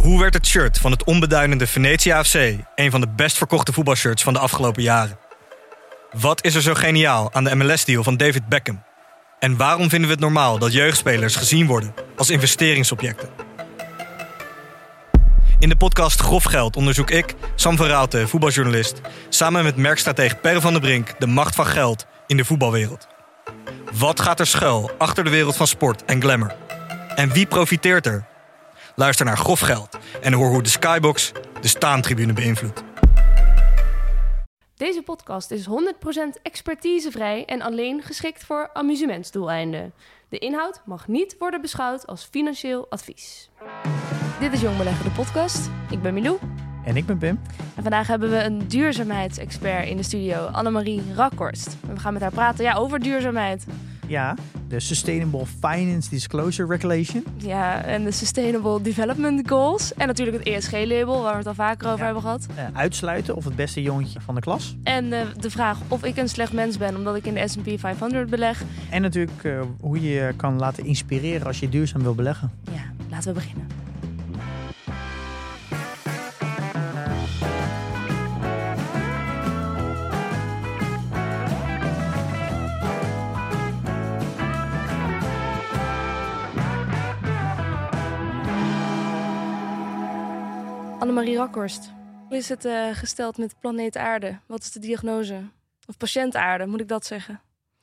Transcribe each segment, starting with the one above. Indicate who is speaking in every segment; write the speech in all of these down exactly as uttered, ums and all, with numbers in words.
Speaker 1: Hoe werd het shirt van het onbeduidende Venetia F C een van de best verkochte voetbalshirts van de afgelopen jaren? Wat is er zo geniaal aan de M L S-deal van David Beckham? En waarom vinden we het normaal dat jeugdspelers gezien worden als investeringsobjecten? In de podcast Grof Geld onderzoek ik, Sam van Raalte, voetbaljournalist, samen met merkstratege Per van der Brink de macht van geld in de voetbalwereld. Wat gaat er schuil achter de wereld van sport en glamour? En wie profiteert er? Luister naar Grof Geld en hoor hoe de Skybox de staantribune beïnvloedt.
Speaker 2: Deze podcast is honderd procent expertisevrij en alleen geschikt voor amusementsdoeleinden. De inhoud mag niet worden beschouwd als financieel advies. Dit is Jong Beleggen, de podcast. Ik ben Milou.
Speaker 3: En ik ben Pim.
Speaker 2: En vandaag hebben we een duurzaamheidsexpert in de studio, Annemarie Rakhorst. En we gaan met haar praten ja, over duurzaamheid.
Speaker 3: Ja, de Sustainable Finance Disclosure Regulation.
Speaker 2: Ja, en de Sustainable Development Goals. En natuurlijk het E S G-label, waar we het al vaker over
Speaker 3: ja.
Speaker 2: hebben gehad.
Speaker 3: Uh, uitsluiten of het beste jongetje van de klas.
Speaker 2: En uh, de vraag of ik een slecht mens ben omdat ik in de S en P vijfhonderd beleg.
Speaker 3: En natuurlijk uh, hoe je je kan laten inspireren als je duurzaam wil beleggen.
Speaker 2: Ja, laten we beginnen. Annemarie Rakhorst, hoe is het uh, gesteld met planeet Aarde? Wat is de diagnose? Of patiënt Aarde, moet ik dat zeggen?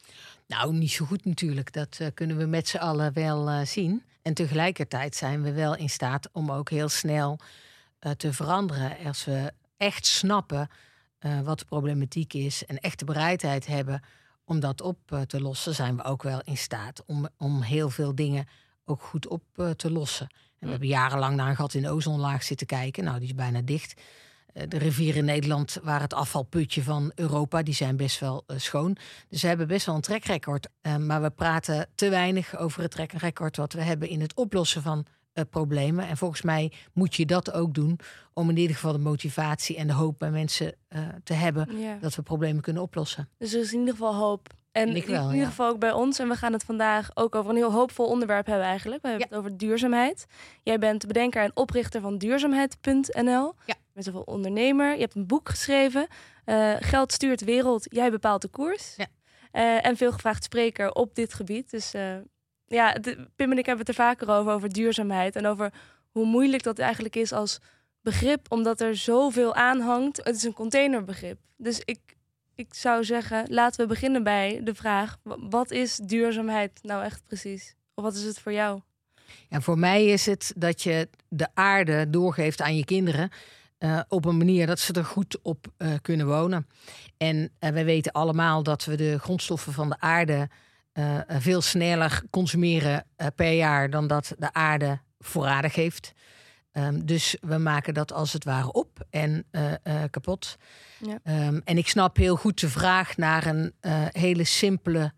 Speaker 4: Nou, niet zo goed natuurlijk. Dat uh, kunnen we met z'n allen wel uh, zien. En tegelijkertijd zijn we wel in staat om ook heel snel uh, te veranderen. Als we echt snappen uh, wat de problematiek is en echt de bereidheid hebben om dat op uh, te lossen, zijn we ook wel in staat om, om heel veel dingen ook goed op uh, te lossen. En we hebben jarenlang naar een gat in de ozonlaag zitten kijken. Nou, die is bijna dicht. De rivieren in Nederland waren het afvalputje van Europa. Die zijn best wel uh, schoon. Dus we hebben best wel een trackrecord. Uh, maar we praten te weinig over het trackrecord wat we hebben in het oplossen van uh, problemen. En volgens mij moet je dat ook doen om in ieder geval de motivatie en de hoop bij mensen uh, te hebben ja. dat we problemen kunnen oplossen.
Speaker 2: Dus er is in ieder geval hoop. En
Speaker 4: ik wel,
Speaker 2: in ieder
Speaker 4: ja.
Speaker 2: geval ook bij ons. En we gaan het vandaag ook over een heel hoopvol onderwerp hebben eigenlijk. We hebben ja. het over duurzaamheid. Jij bent bedenker en oprichter van duurzaamheid punt n l.
Speaker 4: Ja.
Speaker 2: Je bent zoveel ondernemer. Je hebt een boek geschreven. Uh, Geld stuurt de wereld. Jij bepaalt de koers.
Speaker 4: Ja.
Speaker 2: Uh, en veel gevraagd spreker op dit gebied. Dus uh, ja, de, Pim en ik hebben het er vaker over. Over duurzaamheid. En over hoe moeilijk dat eigenlijk is als begrip. Omdat er zoveel aan hangt. Het is een containerbegrip. Dus ik... Ik zou zeggen, laten we beginnen bij de vraag, wat is duurzaamheid nou echt precies? Of wat is het voor jou?
Speaker 4: Ja, voor mij is het dat je de aarde doorgeeft aan je kinderen uh, op een manier dat ze er goed op uh, kunnen wonen. En uh, wij weten allemaal dat we de grondstoffen van de aarde uh, veel sneller consumeren uh, per jaar dan dat de aarde voorradig heeft. Um, dus we maken dat als het ware op en uh, uh, kapot. Ja. Um, en ik snap heel goed de vraag naar een uh, hele simpele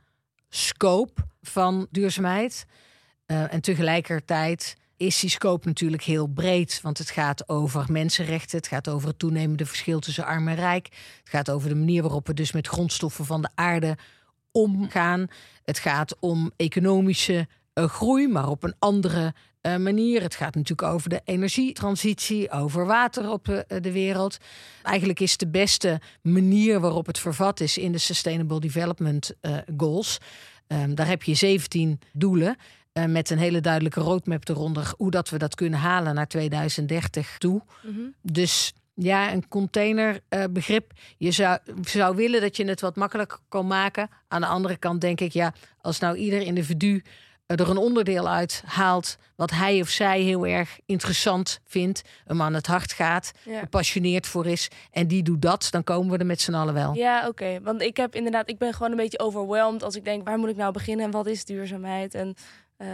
Speaker 4: scope van duurzaamheid. Uh, en tegelijkertijd is die scope natuurlijk heel breed. Want het gaat over mensenrechten. Het gaat over het toenemende verschil tussen arm en rijk. Het gaat over de manier waarop we dus met grondstoffen van de aarde omgaan. Het gaat om economische uh, groei, maar op een andere Uh, manier. Het gaat natuurlijk over de energietransitie, over water op uh, de wereld. Eigenlijk is de beste manier waarop het vervat is in de Sustainable Development uh, Goals. Um, daar heb je zeventien doelen uh, met een hele duidelijke roadmap eronder hoe dat we dat kunnen halen naar tweeduizend dertig toe. Mm-hmm. Dus ja, een containerbegrip. Uh, je zou, zou willen dat je het wat makkelijker kan maken. Aan de andere kant denk ik, ja, als nou ieder individu er een onderdeel uit haalt wat hij of zij heel erg interessant vindt, hem aan het hart gaat, ja. gepassioneerd voor is en die doet dat, dan komen we er met z'n allen wel.
Speaker 2: Ja, oké. Okay. Want ik heb inderdaad, ik ben gewoon een beetje overwhelmed als ik denk, waar moet ik nou beginnen en wat is duurzaamheid? En uh,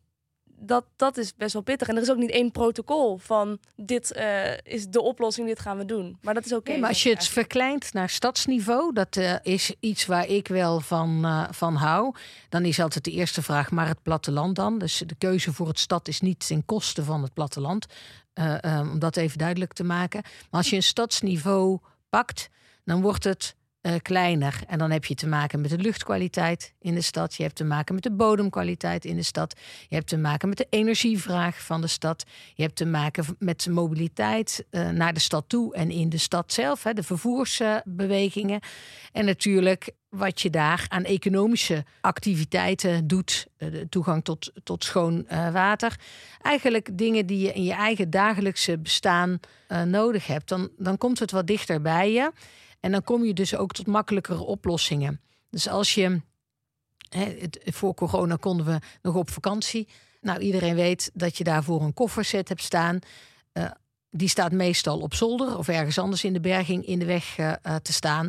Speaker 2: dat, dat is best wel pittig. En er is ook niet één protocol van dit uh, is de oplossing, dit gaan we doen. Maar dat is oké. Okay,
Speaker 4: nee, maar als je het eigenlijk verkleint naar stadsniveau, dat uh, is iets waar ik wel van, uh, van hou. Dan is altijd de eerste vraag, maar het platteland dan? Dus de keuze voor het stad is niet ten koste van het platteland. Uh, um, om dat even duidelijk te maken. Maar als je een stadsniveau pakt, dan wordt het uh, kleiner. En dan heb je te maken met de luchtkwaliteit in de stad. Je hebt te maken met de bodemkwaliteit in de stad. Je hebt te maken met de energievraag van de stad. Je hebt te maken met de mobiliteit uh, naar de stad toe en in de stad zelf. Hè, de vervoersbewegingen. Uh, en natuurlijk wat je daar aan economische activiteiten doet. Uh, de toegang tot, tot schoon uh, water. Eigenlijk dingen die je in je eigen dagelijkse bestaan uh, nodig hebt. Dan, dan komt het wat dichter bij je. En dan kom je dus ook tot makkelijkere oplossingen. Dus als je... Hè, het, voor corona konden we nog op vakantie. Nou, iedereen weet dat je daarvoor een kofferset hebt staan. Uh, die staat meestal op zolder of ergens anders in de berging in de weg uh, uh, te staan.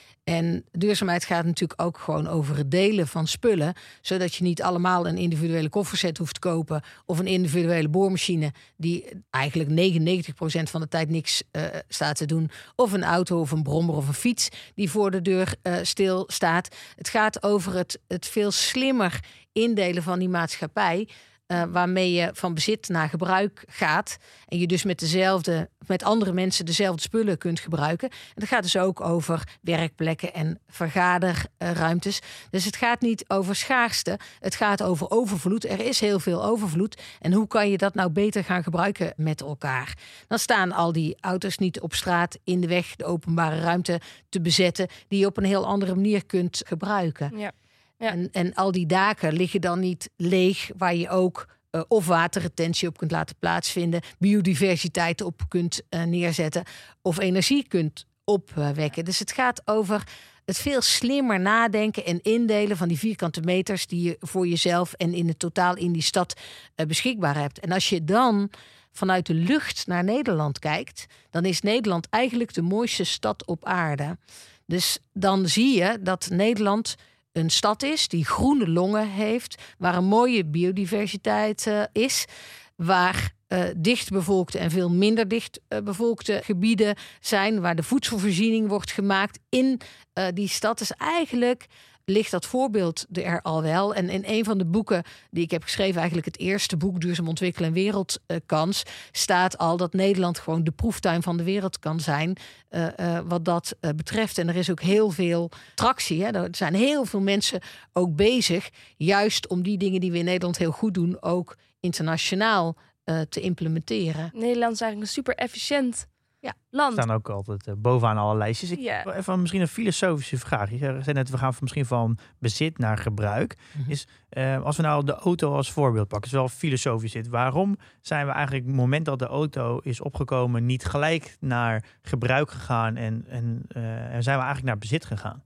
Speaker 4: En duurzaamheid gaat natuurlijk ook gewoon over het delen van spullen. Zodat je niet allemaal een individuele kofferset hoeft te kopen. Of een individuele boormachine die eigenlijk negenennegentig procent van de tijd niks uh, staat te doen. Of een auto of een brommer of een fiets die voor de deur uh, stil staat. Het gaat over het, het veel slimmer indelen van die maatschappij. Uh, waarmee je van bezit naar gebruik gaat. En je dus met dezelfde, met andere mensen dezelfde spullen kunt gebruiken. En dat gaat dus ook over werkplekken en vergaderruimtes. Dus het gaat niet over schaarste. Het gaat over overvloed. Er is heel veel overvloed. En hoe kan je dat nou beter gaan gebruiken met elkaar? Dan staan al die auto's niet op straat in de weg, de openbare ruimte te bezetten, die je op een heel andere manier kunt gebruiken.
Speaker 2: Ja. Ja.
Speaker 4: En, en al die daken liggen dan niet leeg, waar je ook uh, of waterretentie op kunt laten plaatsvinden, biodiversiteit op kunt uh, neerzetten of energie kunt opwekken. Uh, dus het gaat over het veel slimmer nadenken en indelen van die vierkante meters die je voor jezelf en in het totaal in die stad uh, beschikbaar hebt. En als je dan vanuit de lucht naar Nederland kijkt, dan is Nederland eigenlijk de mooiste stad op aarde. Dus dan zie je dat Nederland een stad is die groene longen heeft, waar een mooie biodiversiteit uh, is, waar uh, dichtbevolkte en veel minder dichtbevolkte gebieden zijn, waar de voedselvoorziening wordt gemaakt in uh, die stad. Dus eigenlijk ligt dat voorbeeld er al wel. En in een van de boeken die ik heb geschreven, eigenlijk het eerste boek Duurzaam Ontwikkelen en Wereldkans, staat al dat Nederland gewoon de proeftuin van de wereld kan zijn uh, uh, wat dat uh, betreft. En er is ook heel veel tractie. Hè? Er zijn heel veel mensen ook bezig, juist om die dingen die we in Nederland heel goed doen, ook internationaal uh, te implementeren.
Speaker 2: Nederland is eigenlijk een super efficiënt
Speaker 4: Ja.
Speaker 2: land.
Speaker 3: staan ook altijd uh, bovenaan alle lijstjes. Ik
Speaker 2: Ja.
Speaker 3: wil even misschien een filosofische vraag. Je zei net, we gaan misschien van bezit naar gebruik.
Speaker 4: Mm-hmm.
Speaker 3: Is, uh, als we nou de auto als voorbeeld pakken, is wel filosofisch dit. Waarom zijn we eigenlijk, het moment dat de auto is opgekomen, niet gelijk naar gebruik gegaan en, en, uh, en zijn we eigenlijk naar bezit gegaan?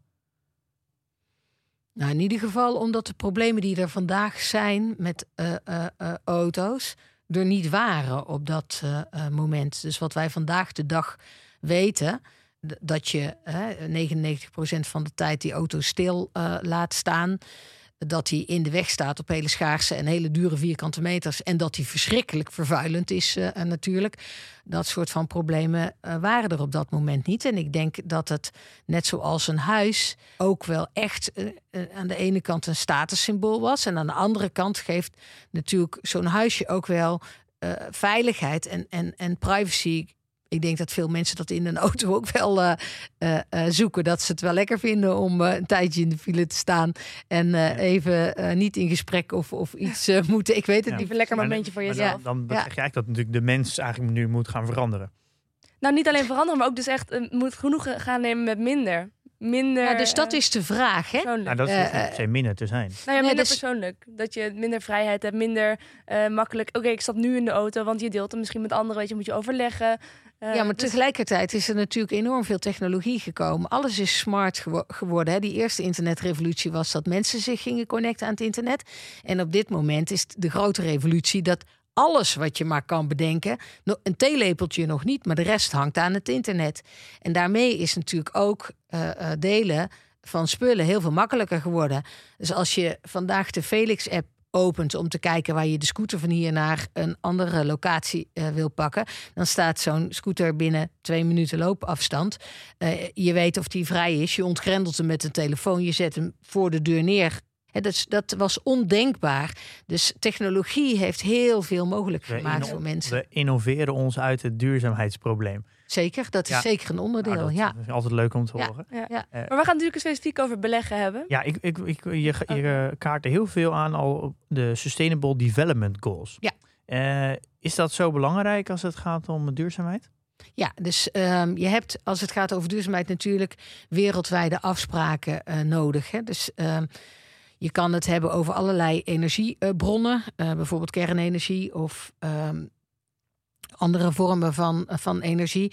Speaker 4: Nou, in ieder geval omdat de problemen die er vandaag zijn met uh, uh, uh, auto's er niet waren op dat uh, uh, moment. Dus wat wij vandaag de dag weten, d- dat je uh, negenennegentig procent van de tijd die auto stil uh, laat staan, dat die in de weg staat op hele schaarse en hele dure vierkante meters en dat die verschrikkelijk vervuilend is uh, natuurlijk. Dat soort van problemen uh, waren er op dat moment niet. En ik denk dat het, net zoals een huis, ook wel echt uh, uh, aan de ene kant een statussymbool was. En aan de andere kant geeft natuurlijk zo'n huisje ook wel uh, veiligheid en, en, en privacy. Ik denk dat veel mensen dat in een auto ook wel uh, uh, uh, zoeken. Dat ze het wel lekker vinden om uh, een tijdje in de file te staan. En uh, ja. even uh, niet in gesprek of, of iets uh, moeten. Ik weet het
Speaker 3: Ja.
Speaker 4: niet.
Speaker 2: Even lekker
Speaker 3: Maar
Speaker 2: momentje voor
Speaker 3: maar
Speaker 2: jezelf.
Speaker 3: Dan, dan
Speaker 4: Ja.
Speaker 3: zeg je eigenlijk dat natuurlijk de mens eigenlijk nu moet gaan veranderen.
Speaker 2: Nou, niet alleen veranderen, maar ook dus echt uh, moet genoeg gaan nemen met minder. Minder.
Speaker 4: Ja, dus dat is de vraag, hè?
Speaker 2: persoonlijk.
Speaker 3: Nou, dat is
Speaker 4: Uh,
Speaker 3: uh, niet per se minder te zijn.
Speaker 2: Nou ja,
Speaker 4: Nee,
Speaker 2: minder
Speaker 4: dus-
Speaker 2: persoonlijk. Dat je minder vrijheid hebt, minder uh, makkelijk. Oké, ik stap nu in de auto, want je deelt hem misschien met anderen. Weet je, moet je overleggen. Uh,
Speaker 4: Ja, maar
Speaker 2: dus-
Speaker 4: tegelijkertijd is er natuurlijk enorm veel technologie gekomen. Alles is smart gewo- geworden. Hè. Die eerste internetrevolutie was dat mensen zich gingen connecten aan het internet. En op dit moment is de grote revolutie dat alles wat je maar kan bedenken, no- een theelepeltje nog niet, maar de rest hangt aan het internet. En daarmee is natuurlijk ook uh, uh, delen van spullen heel veel makkelijker geworden. Dus als je vandaag de Felix-app opent om te kijken waar je de scooter van hier naar een andere locatie uh, wil pakken, dan staat zo'n scooter binnen twee minuten loopafstand. Uh, je weet of die vrij is, je ontgrendelt hem met een telefoon, je zet hem voor de deur neer He, dat, dat was ondenkbaar. Dus technologie heeft heel veel mogelijk gemaakt
Speaker 3: we
Speaker 4: voor mensen.
Speaker 3: We innoveren ons uit het duurzaamheidsprobleem.
Speaker 4: Zeker, dat is
Speaker 3: ja.
Speaker 4: zeker een onderdeel.
Speaker 3: Nou, dat
Speaker 4: ja.
Speaker 3: is altijd leuk om te
Speaker 4: ja.
Speaker 3: horen.
Speaker 2: Ja.
Speaker 4: Ja.
Speaker 2: Uh, maar we gaan natuurlijk specifiek over beleggen hebben.
Speaker 3: Ja, ik, ik, ik, je, je okay. kaart er heel veel aan al op de Sustainable Development Goals.
Speaker 4: Ja.
Speaker 3: Uh, is dat zo belangrijk als het gaat om duurzaamheid?
Speaker 4: Ja, dus um, je hebt als het gaat over duurzaamheid natuurlijk wereldwijde afspraken uh, nodig. Hè? Dus um, je kan het hebben over allerlei energiebronnen, uh, bijvoorbeeld kernenergie of um, andere vormen van, van energie.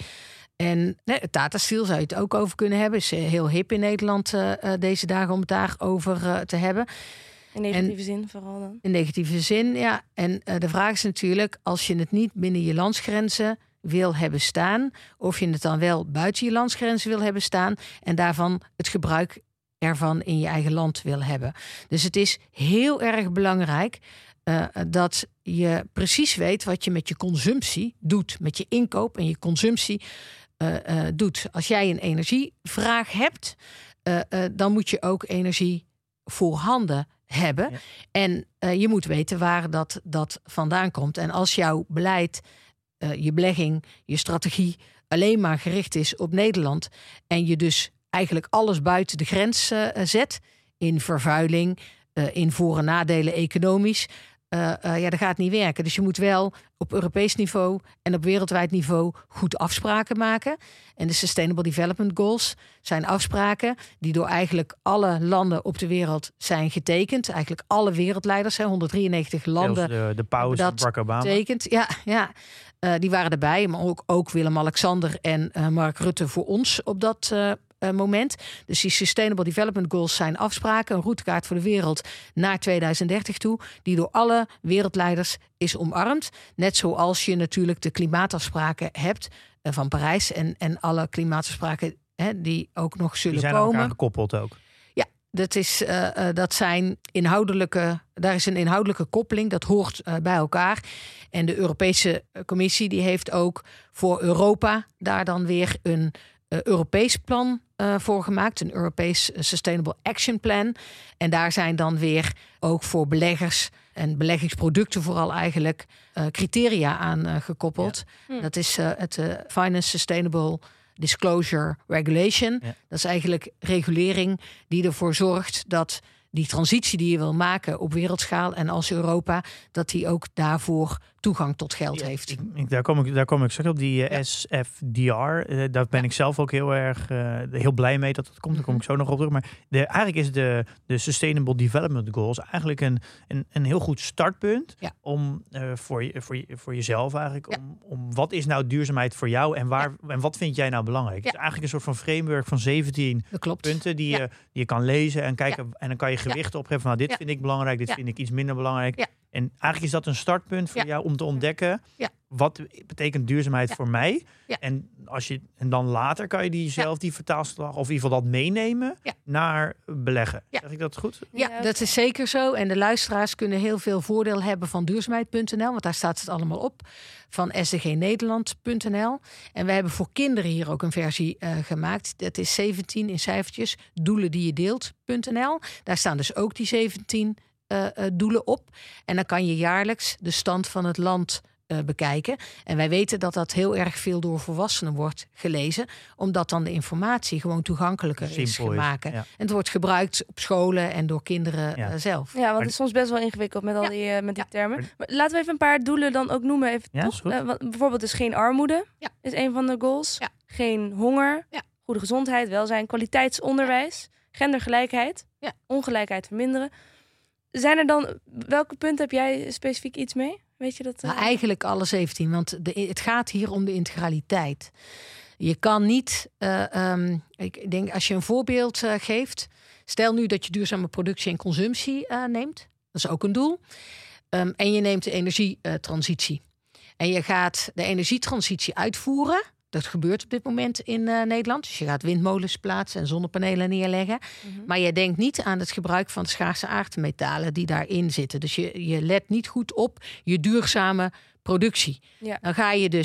Speaker 4: En nee, Tata Steel zou je het ook over kunnen hebben. Is heel hip in Nederland uh, deze dagen om het daarover uh, te hebben.
Speaker 2: In negatieve en, zin vooral dan?
Speaker 4: In negatieve zin, ja. En uh, de vraag is natuurlijk, als je het niet binnen je landsgrenzen wil hebben staan, of je het dan wel buiten je landsgrenzen wil hebben staan en daarvan het gebruik ervan in je eigen land wil hebben. Dus het is heel erg belangrijk uh, dat je precies weet wat je met je consumptie doet, met je inkoop en je consumptie uh, uh, doet. Als jij een energievraag hebt, uh, uh, dan moet je ook energie voorhanden hebben. Ja. En uh, je moet weten waar dat, dat vandaan komt. En als jouw beleid, uh, je belegging, je strategie alleen maar gericht is op Nederland en je dus eigenlijk alles buiten de grens uh, zet, in vervuiling, uh, in voor- en nadelen economisch, uh, uh, ja, dat gaat niet werken. Dus je moet wel op Europees niveau en op wereldwijd niveau goed afspraken maken. En de Sustainable Development Goals zijn afspraken die door eigenlijk alle landen op de wereld zijn getekend. Eigenlijk alle wereldleiders, hè, honderddrieënnegentig landen.
Speaker 3: De, de paus,
Speaker 4: dat
Speaker 3: Barack Obama.
Speaker 4: Getekend. Ja, ja. Uh, die waren erbij, maar ook, ook Willem-Alexander en uh, Mark Rutte voor ons op dat uh, uh, moment. Dus die Sustainable Development Goals zijn afspraken, een routekaart voor de wereld naar tweeduizend dertig toe, die door alle wereldleiders is omarmd. Net zoals je natuurlijk de klimaatafspraken hebt uh, van Parijs en, en alle klimaatafspraken hè, die ook nog zullen
Speaker 3: komen. Die zijn
Speaker 4: komen.
Speaker 3: aan elkaar gekoppeld ook.
Speaker 4: Dat, is, uh, uh, dat zijn inhoudelijke, daar is een inhoudelijke koppeling, dat hoort uh, bij elkaar. En de Europese Commissie die heeft ook voor Europa daar dan weer een uh, Europees plan uh, voor gemaakt. Een Europees Sustainable Action Plan. En daar zijn dan weer ook voor beleggers en beleggingsproducten vooral eigenlijk uh, criteria aan uh, gekoppeld. Ja. Hm. Dat is uh, het uh, Finance Sustainable Disclosure Regulation. Ja. Dat is eigenlijk regulering die ervoor zorgt dat die transitie die je wil maken op wereldschaal en als Europa, dat die ook daarvoor toegang tot geld
Speaker 3: ja,
Speaker 4: heeft.
Speaker 3: Ik, ik, daar, kom ik, daar kom ik straks op, die uh, ja. S F D R. Uh, daar ben ja. ik zelf ook heel erg uh, heel blij mee dat dat komt. Daar kom ik zo nog op terug. Maar de, eigenlijk is de, de Sustainable Development Goals eigenlijk een, een, een heel goed startpunt ja. om uh, voor, je, voor, je, voor jezelf eigenlijk, ja. om, om wat is nou duurzaamheid voor jou en, waar, ja. en wat vind jij nou belangrijk? Ja. Het is eigenlijk een soort van framework van zeventien punten die, ja. je, die je kan lezen en kijken ja. en dan kan je gewichten ja. opgeven. Nou, dit ja. vind ik belangrijk, dit ja. vind ik iets minder belangrijk. Ja. En eigenlijk is dat een startpunt voor ja. jou om te ontdekken ja. wat betekent duurzaamheid ja. voor mij. Ja. En, als je, en dan later kan je die zelf ja. die vertaalslag of in ieder geval dat meenemen ja. naar beleggen. Ja. Zeg ik dat goed?
Speaker 4: Ja, dat is zeker zo. En de luisteraars kunnen heel veel voordeel hebben van duurzaamheid punt n l. Want daar staat het allemaal op. Van S D G Nederland punt n l. En we hebben voor kinderen hier ook een versie uh, gemaakt. Dat is zeventien in cijfertjes. Doelen die je deelt punt n l. Daar staan dus ook die zeventien Uh, uh, doelen op. En dan kan je jaarlijks de stand van het land uh, bekijken. En wij weten dat dat heel erg veel door volwassenen wordt gelezen, omdat dan de informatie gewoon toegankelijker Simpel is gemaakt. Ja. En het wordt gebruikt op scholen en door kinderen ja. uh, zelf.
Speaker 2: Ja, want het is soms best wel ingewikkeld met al ja. die, uh, met die ja. termen. Maar laten we even een paar doelen dan ook noemen. Even
Speaker 3: ja,
Speaker 2: toch? Uh, wat, bijvoorbeeld dus geen armoede ja. is een van de goals. Ja. Geen honger. Ja. Goede gezondheid, welzijn, kwaliteitsonderwijs. Ja. Gendergelijkheid. Ja. Ongelijkheid verminderen. Zijn er dan, welke punten heb jij specifiek iets mee? Weet je dat? Uh...
Speaker 4: Nou, eigenlijk alle zeventien, want de, het gaat hier om de integraliteit. Je kan niet, uh, um, ik denk als je een voorbeeld uh, geeft, stel nu dat je duurzame productie en consumptie uh, neemt, dat is ook een doel, um, en je neemt de energietransitie. En je gaat de energietransitie uitvoeren. Dat gebeurt op dit moment in uh, Nederland. Dus je gaat windmolens plaatsen en zonnepanelen neerleggen. Mm-hmm. Maar je denkt niet aan het gebruik van de schaarse aardmetalen die daarin zitten. Dus je, je let niet goed op je duurzame productie. Ja. Dan ga je dus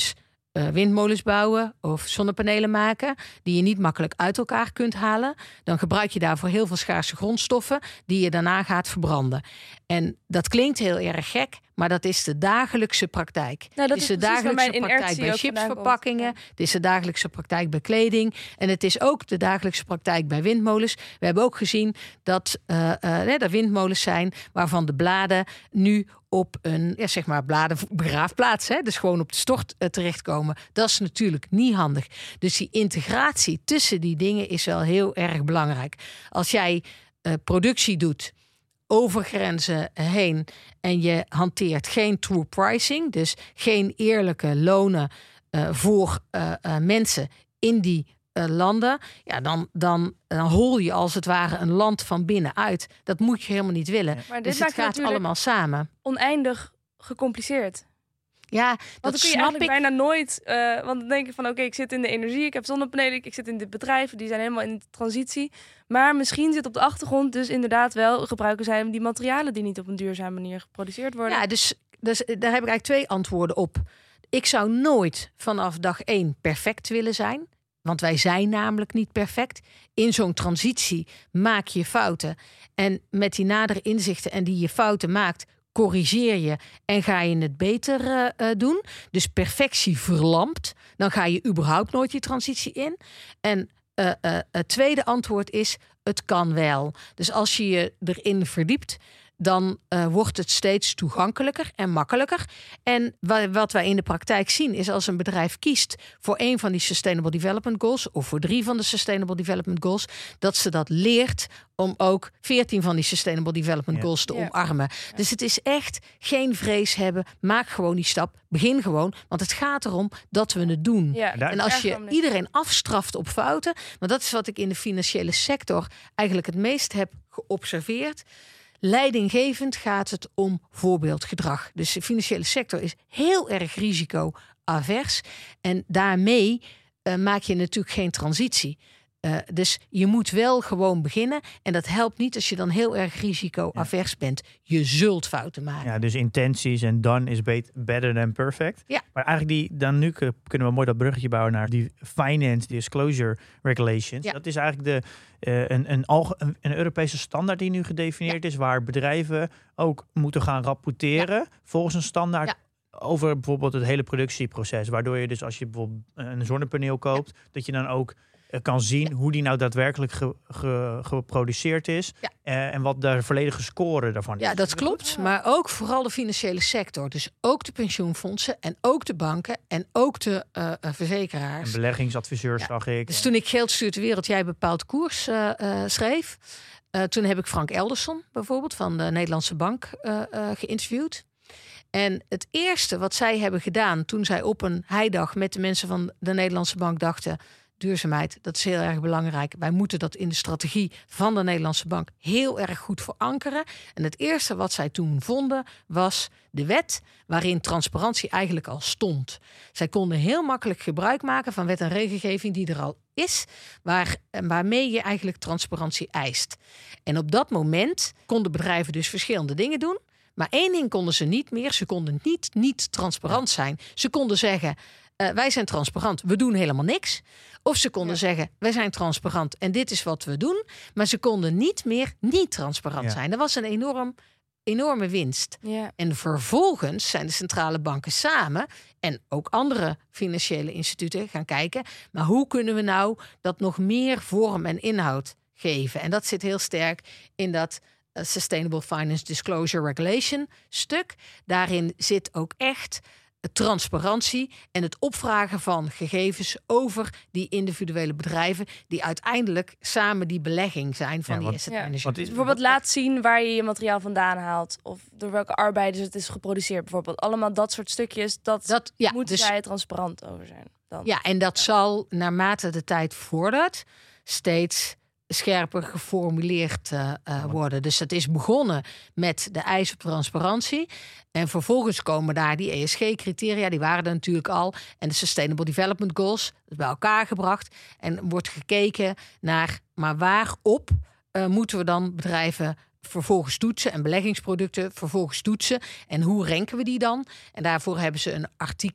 Speaker 4: uh, windmolens bouwen of zonnepanelen maken die je niet makkelijk uit elkaar kunt halen, dan gebruik je daarvoor heel veel schaarse grondstoffen die je daarna gaat verbranden. En dat klinkt heel erg gek, maar dat is de dagelijkse praktijk.
Speaker 2: Nou, dat
Speaker 4: het
Speaker 2: is
Speaker 4: is de
Speaker 2: precies waar
Speaker 4: dagelijkse
Speaker 2: mijn
Speaker 4: praktijk
Speaker 2: inertie
Speaker 4: bij
Speaker 2: ook vandaan
Speaker 4: chipsverpakkingen.
Speaker 2: komt.
Speaker 4: Het is de dagelijkse praktijk bij kleding. En het is ook de dagelijkse praktijk bij windmolens. We hebben ook gezien dat uh, uh, er windmolens zijn waarvan de bladen nu op een, ja, zeg maar, bladenbegraafplaats, hè, dus gewoon op de stort uh, terechtkomen. Dat is natuurlijk niet handig. Dus die integratie tussen die dingen is wel heel erg belangrijk. Als jij uh, productie doet over grenzen heen en je hanteert geen true pricing, dus geen eerlijke lonen uh, voor uh, uh, mensen in die uh, landen, ja, dan, dan, dan hol je als het ware een land van binnenuit. Dat moet je helemaal niet willen.
Speaker 2: Maar dit
Speaker 4: dus het
Speaker 2: maakt
Speaker 4: gaat
Speaker 2: natuurlijk
Speaker 4: allemaal samen.
Speaker 2: Oneindig gecompliceerd.
Speaker 4: Ja,
Speaker 2: Want
Speaker 4: dat
Speaker 2: dan kun je
Speaker 4: snap
Speaker 2: eigenlijk
Speaker 4: ik.
Speaker 2: bijna nooit... Uh, want dan denk je van, oké, okay, ik zit in de energie, ik heb zonnepanelen, ik, ik zit in dit bedrijf, die zijn helemaal in de transitie. Maar misschien zit op de achtergrond dus inderdaad wel gebruiken zij die materialen die niet op een duurzame manier geproduceerd worden.
Speaker 4: Ja, dus, dus daar heb ik eigenlijk twee antwoorden op. Ik zou nooit vanaf dag één perfect willen zijn. Want wij zijn namelijk niet perfect. In zo'n transitie maak je fouten. En met die nadere inzichten en die je fouten maakt, corrigeer je en ga je het beter uh, uh, doen. Dus perfectie verlampt. Dan ga je überhaupt nooit die transitie in. En uh, uh, het tweede antwoord is, het kan wel. Dus als je je erin verdiept, dan uh, wordt het steeds toegankelijker en makkelijker. En wa- wat wij in de praktijk zien is, als een bedrijf kiest voor een van die Sustainable Development Goals of voor drie van de Sustainable Development Goals, dat ze dat leert om ook veertien van die Sustainable Development
Speaker 3: Ja.
Speaker 4: Goals te
Speaker 2: Ja.
Speaker 4: omarmen. Ja. Dus het is echt geen vrees hebben. Maak gewoon die stap. Begin gewoon. Want het gaat erom dat we het doen.
Speaker 2: Ja,
Speaker 3: Daar-
Speaker 4: En als
Speaker 2: erg
Speaker 4: je
Speaker 2: namelijk.
Speaker 4: iedereen afstraft op fouten, want dat is wat ik in de financiële sector eigenlijk het meest heb geobserveerd. Leidinggevend gaat het om voorbeeldgedrag. Dus de financiële sector is heel erg risico-avers. En daarmee uh, maak je natuurlijk geen transitie. Uh, dus je moet wel gewoon beginnen. En dat helpt niet als je dan heel erg risico-avers bent. Je zult fouten maken.
Speaker 3: Ja, dus intenties en done is bet- better than perfect.
Speaker 4: Ja.
Speaker 3: Maar eigenlijk die, dan nu k- kunnen we mooi dat bruggetje bouwen naar die finance disclosure regulations.
Speaker 4: Ja.
Speaker 3: Dat is eigenlijk de, uh, een, een, alge- een, een Europese standaard die nu gedefinieerd is, waar bedrijven ook moeten gaan rapporteren volgens een standaard.
Speaker 4: Ja.
Speaker 3: Over bijvoorbeeld het hele productieproces. Waardoor je dus als je bijvoorbeeld een zonnepaneel koopt, dat je dan ook uh, kan zien
Speaker 4: Ja.
Speaker 3: hoe die nou daadwerkelijk ge- ge- geproduceerd is.
Speaker 4: Ja.
Speaker 3: Uh, en wat de volledige score daarvan is.
Speaker 4: Ja, dat klopt. Maar ook vooral de financiële sector. Dus ook de pensioenfondsen en ook de banken en ook de uh, uh, verzekeraars.
Speaker 3: Een beleggingsadviseur
Speaker 4: Ja.
Speaker 3: zag ik.
Speaker 4: Dus toen ik Geld stuurt de wereld, jij bepaalt koers uh, uh, schreef. Uh, toen heb ik Frank Elderson bijvoorbeeld van de Nederlandse Bank uh, uh, geïnterviewd. En het eerste wat zij hebben gedaan toen zij op een heidag met de mensen van de Nederlandse Bank dachten, duurzaamheid, dat is heel erg belangrijk. Wij moeten dat in de strategie van de Nederlandse Bank heel erg goed verankeren. En het eerste wat zij toen vonden was de wet waarin transparantie eigenlijk al stond. Zij konden heel makkelijk gebruik maken van wet en regelgeving die er al is, waar, waarmee je eigenlijk transparantie eist. En op dat moment konden bedrijven dus verschillende dingen doen. Maar één ding konden ze niet meer. Ze konden niet niet transparant zijn. Ze konden zeggen, uh, wij zijn transparant, we doen helemaal niks. Of ze konden
Speaker 2: Ja.
Speaker 4: zeggen, wij zijn transparant en dit is wat we doen. Maar ze konden niet meer niet transparant
Speaker 3: Ja.
Speaker 4: zijn. Dat was een enorm, enorme winst.
Speaker 2: Ja.
Speaker 4: En vervolgens zijn de centrale banken samen en ook andere financiële instituten gaan kijken, maar hoe kunnen we nou dat nog meer vorm en inhoud geven? En dat zit heel sterk in dat uh, Sustainable Finance Disclosure Regulation stuk. Daarin zit ook echt transparantie en het opvragen van gegevens over die individuele bedrijven die uiteindelijk samen die belegging zijn van
Speaker 3: Ja,
Speaker 4: die
Speaker 3: want-
Speaker 4: asset
Speaker 2: Ja.
Speaker 4: managers.
Speaker 3: Want is-
Speaker 2: Dus bijvoorbeeld laat zien waar je je materiaal vandaan haalt. Of door welke arbeiders het is geproduceerd bijvoorbeeld. Allemaal dat soort stukjes. Dat,
Speaker 4: Dat, ja,
Speaker 2: moeten
Speaker 4: dus,
Speaker 2: zij transparant over zijn. Dan.
Speaker 4: ja, en dat zal naarmate de tijd vordert steeds scherper geformuleerd uh, uh, worden. Dus het is begonnen met de eis op transparantie. En vervolgens komen daar die E S G-criteria, die waren er natuurlijk al. En de Sustainable Development Goals, dat bij elkaar gebracht. En wordt gekeken naar, maar waarop uh, moeten we dan bedrijven vervolgens toetsen en beleggingsproducten vervolgens toetsen. En hoe ranken we die dan? En daarvoor hebben ze een artikelen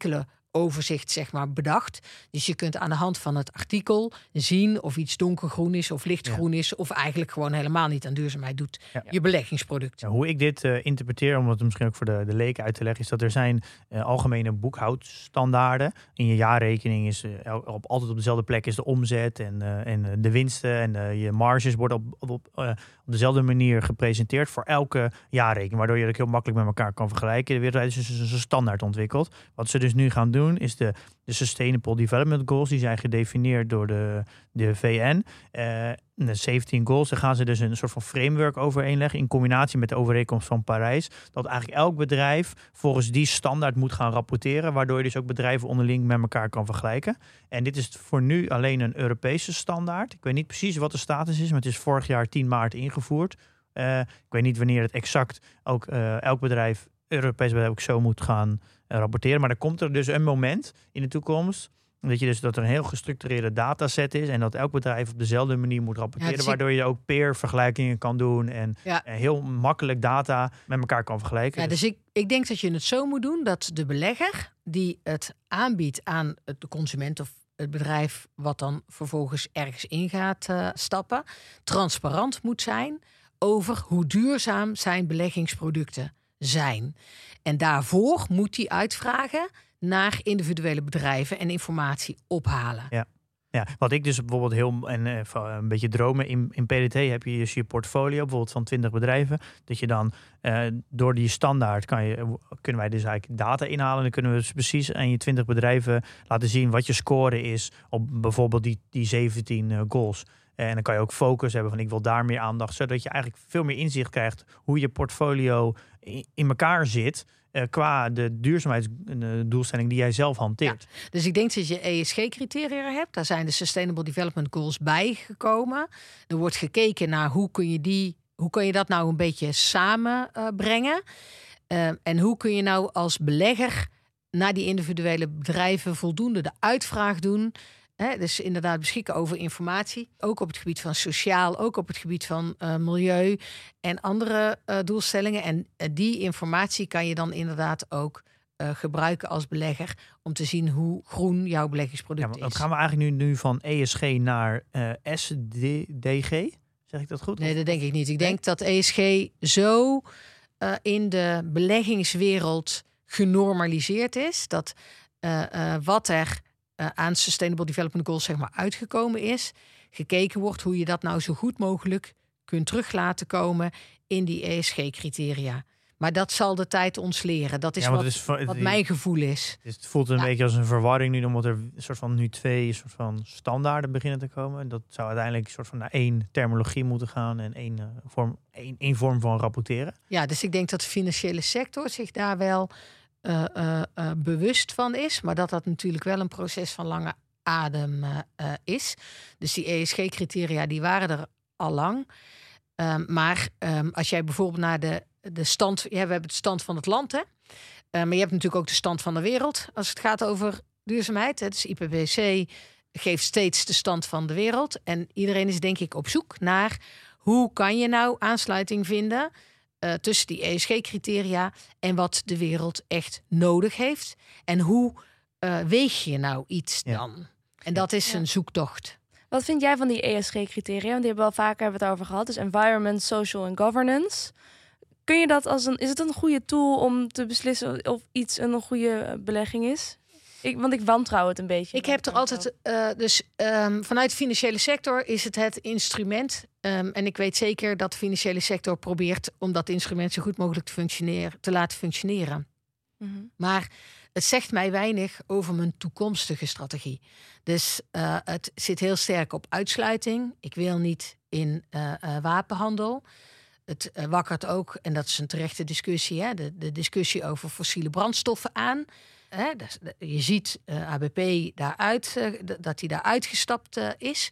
Speaker 4: overzicht zeg maar bedacht. Dus je kunt aan de hand van het artikel zien of iets donkergroen is of lichtgroen ja. is, of eigenlijk gewoon helemaal niet aan duurzaamheid doet. Ja. Je beleggingsproduct.
Speaker 3: Ja, hoe ik dit uh, interpreteer, om het misschien ook voor de, de leken uit te leggen, is dat er zijn uh, algemene boekhoudstandaarden. In je jaarrekening is uh, op, altijd op dezelfde plek is de omzet en, uh, en de winsten en uh, je marges worden op, op, uh, op dezelfde manier gepresenteerd voor elke jaarrekening, waardoor je dat heel makkelijk met elkaar kan vergelijken. De wereldwijd is dus een standaard ontwikkeld. Wat ze dus nu gaan doen is de, de Sustainable Development Goals. Die zijn gedefinieerd door de, de V N. Uh, de zeventien goals. Daar gaan ze dus een soort van framework overeenleggen in combinatie met de overeenkomst van Parijs. Dat eigenlijk elk bedrijf volgens die standaard moet gaan rapporteren. Waardoor je dus ook bedrijven onderling met elkaar kan vergelijken. En dit is voor nu alleen een Europese standaard. Ik weet niet precies wat de status is, maar het is vorig jaar tien maart ingevoerd. Uh, ik weet niet wanneer het exact ook uh, elk bedrijf, Europees bedrijf ook zo moet gaan uh, rapporteren. Maar er komt er dus een moment in de toekomst dat je dus dat er een heel gestructureerde dataset is en dat elk bedrijf op dezelfde manier moet rapporteren, ja, dus waardoor je ook peer-vergelijkingen kan doen en ja. uh, heel makkelijk data met elkaar kan vergelijken.
Speaker 4: Ja, dus ik, ik denk dat je het zo moet doen dat de belegger die het aanbiedt aan de consument of het bedrijf wat dan vervolgens ergens in gaat uh, stappen, transparant moet zijn over hoe duurzaam zijn beleggingsproducten zijn. En daarvoor moet hij uitvragen naar individuele bedrijven en informatie ophalen.
Speaker 3: Ja. Ja, wat ik dus bijvoorbeeld heel en uh, een beetje dromen in, in P D T heb je dus je portfolio bijvoorbeeld van twintig bedrijven. Dat je dan uh, door die standaard kan je, kunnen wij dus eigenlijk data inhalen. Dan kunnen we dus precies aan je twintig bedrijven laten zien wat je score is op bijvoorbeeld die, die zeventien uh, goals. En dan kan je ook focus hebben van ik wil daar meer aandacht. Zodat je eigenlijk veel meer inzicht krijgt hoe je portfolio in, in elkaar zit. Uh, qua de duurzaamheidsdoelstelling die jij zelf hanteert.
Speaker 4: Ja, dus ik denk dat je E S G-criteria hebt. Daar zijn de Sustainable Development Goals bijgekomen. Er wordt gekeken naar hoe kun je, die, hoe kun je dat nou een beetje samenbrengen. Uh, uh, en hoe kun je nou als belegger naar die individuele bedrijven voldoende de uitvraag doen. He, dus inderdaad beschikken over informatie. Ook op het gebied van sociaal, ook op het gebied van uh, milieu en andere uh, doelstellingen. En uh, die informatie kan je dan inderdaad ook uh, gebruiken als belegger om te zien hoe groen jouw beleggingsproduct
Speaker 3: ja, maar
Speaker 4: is.
Speaker 3: Dan gaan we eigenlijk nu, nu van E S G naar uh, S D G. Zeg ik dat goed?
Speaker 4: Nee, dat denk ik niet. Ik denk dat E S G zo uh, in de beleggingswereld genormaliseerd is. Dat uh, uh, wat er Uh, aan Sustainable Development Goals zeg maar uitgekomen is, gekeken wordt hoe je dat nou zo goed mogelijk kunt terug laten komen in die E S G-criteria. Maar dat zal de tijd ons leren. Dat is ja, wat, is, wat die, mijn gevoel is.
Speaker 3: Het voelt een
Speaker 4: ja.
Speaker 3: beetje als een verwarring nu, omdat er een soort van nu twee soort van standaarden beginnen te komen. Dat zou uiteindelijk een soort van naar één terminologie moeten gaan en één, uh, vorm, één, één vorm van rapporteren.
Speaker 4: Ja, dus ik denk dat de financiële sector zich daar wel Uh, uh, uh, bewust van is, maar dat dat natuurlijk wel een proces van lange adem uh, uh, is. Dus die E S G-criteria die waren er al lang. Um, maar um, als jij bijvoorbeeld naar de, de stand, ja, we hebben het stand van het land, hè? Uh, maar je hebt natuurlijk ook de stand van de wereld als het gaat over duurzaamheid. Hè? Dus I P C C geeft steeds de stand van de wereld. En iedereen is denk ik op zoek naar hoe kan je nou aansluiting vinden Uh, tussen die E S G-criteria en wat de wereld echt nodig heeft. En hoe uh, weeg je nou iets ja. dan? En dat is ja. een zoektocht.
Speaker 2: Wat vind jij van die E S G-criteria? Want die hebben we al vaker hebben we het over gehad. Dus environment, social en governance. Kun je dat als een, is het een goede tool om te beslissen of iets een goede belegging is? Ik, want ik wantrouw het een beetje.
Speaker 4: Ik heb er altijd, uh, dus um, vanuit de financiële sector is het het instrument. Um, en ik weet zeker dat de financiële sector probeert om dat instrument zo goed mogelijk te, functioneren, te laten functioneren. Mm-hmm. Maar het zegt mij weinig over mijn toekomstige strategie. Dus uh, het zit heel sterk op uitsluiting. Ik wil niet in uh, uh, wapenhandel. Het uh, wakkert ook, en dat is een terechte discussie, hè, de, de discussie over fossiele brandstoffen aan. He, dus, je ziet uh, A B P daaruit, uh, d- dat hij daar uitgestapt uh, is.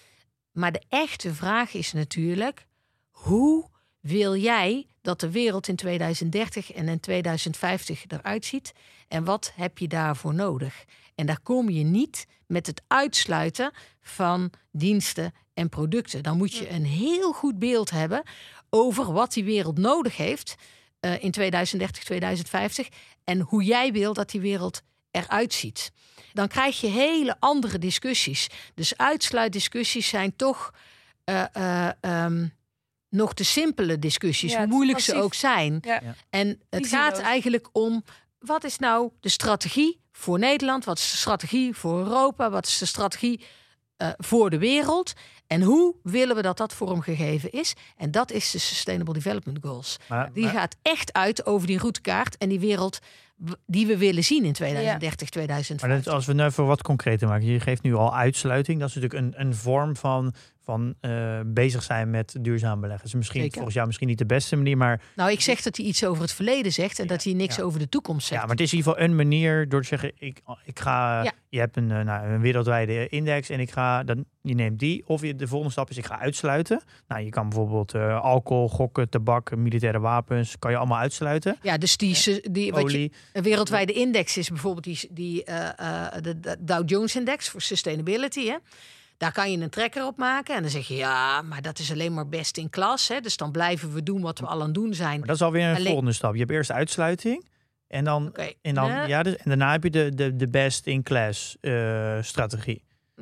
Speaker 4: Maar de echte vraag is natuurlijk, hoe wil jij dat de wereld in tweeduizend dertig en in tweeduizend vijftig eruit ziet? En wat heb je daarvoor nodig? En daar kom je niet met het uitsluiten van diensten en producten. Dan moet je een heel goed beeld hebben over wat die wereld nodig heeft Uh, in tweeduizend dertig, tweeduizend vijftig. En hoe jij wil dat die wereld eruit ziet. Dan krijg je hele andere discussies. Dus uitsluitdiscussies zijn toch uh, uh, um, nog de simpele discussies,
Speaker 2: Ja,
Speaker 4: hoe
Speaker 2: het is
Speaker 4: moeilijk ze
Speaker 2: passief.
Speaker 4: ook zijn.
Speaker 2: Ja.
Speaker 3: Ja.
Speaker 4: En het
Speaker 2: Visieloos.
Speaker 4: gaat eigenlijk om, wat is nou de strategie voor Nederland? Wat is de strategie voor Europa? Wat is de strategie uh, voor de wereld? En hoe willen we dat dat vormgegeven is? En dat is de Sustainable Development Goals.
Speaker 3: Maar,
Speaker 4: Die
Speaker 3: maar-
Speaker 4: gaat echt uit over die routekaart en die wereld w- die we willen zien in tweeduizend dertig, tweeduizend
Speaker 3: Maar dat,
Speaker 4: vijftig.
Speaker 3: als we het even wat concreter maken. Je geeft nu al uitsluiting. Dat is natuurlijk een, een vorm van, van uh, bezig zijn met duurzaam beleggen. Dus misschien
Speaker 4: Zeker.
Speaker 3: volgens jou misschien niet de beste manier. Maar,
Speaker 4: Nou, ik zeg dat hij iets over het verleden zegt en
Speaker 3: Ja,
Speaker 4: dat hij niks
Speaker 3: ja.
Speaker 4: over de toekomst zegt.
Speaker 3: ja, maar het is in ieder geval een manier door te zeggen... ik, ik ga,
Speaker 4: Ja.
Speaker 3: je hebt een, uh, nou, een wereldwijde index en ik ga, dan, je neemt die. Of je, de volgende stap is ik ga uitsluiten. Nou, je kan bijvoorbeeld uh, alcohol, gokken, tabak, militaire wapens... kan je allemaal uitsluiten.
Speaker 4: Ja, dus die, su- die wat je,
Speaker 3: Olie.
Speaker 4: een wereldwijde index is bijvoorbeeld die, die uh, uh, de, de Dow Jones Index voor sustainability. Hè? Daar kan je een trekker op maken en dan zeg je ja, maar dat is alleen maar best in klas. Hè? Dus dan blijven we doen wat we al aan het doen zijn.
Speaker 3: Maar dat is alweer een
Speaker 4: Alleen-
Speaker 3: volgende stap. Je hebt eerst uitsluiting. En dan,
Speaker 4: Oké.
Speaker 3: en dan
Speaker 4: Ja.
Speaker 3: ja, dus, en daarna heb je de, de, de best in class uh, strategie.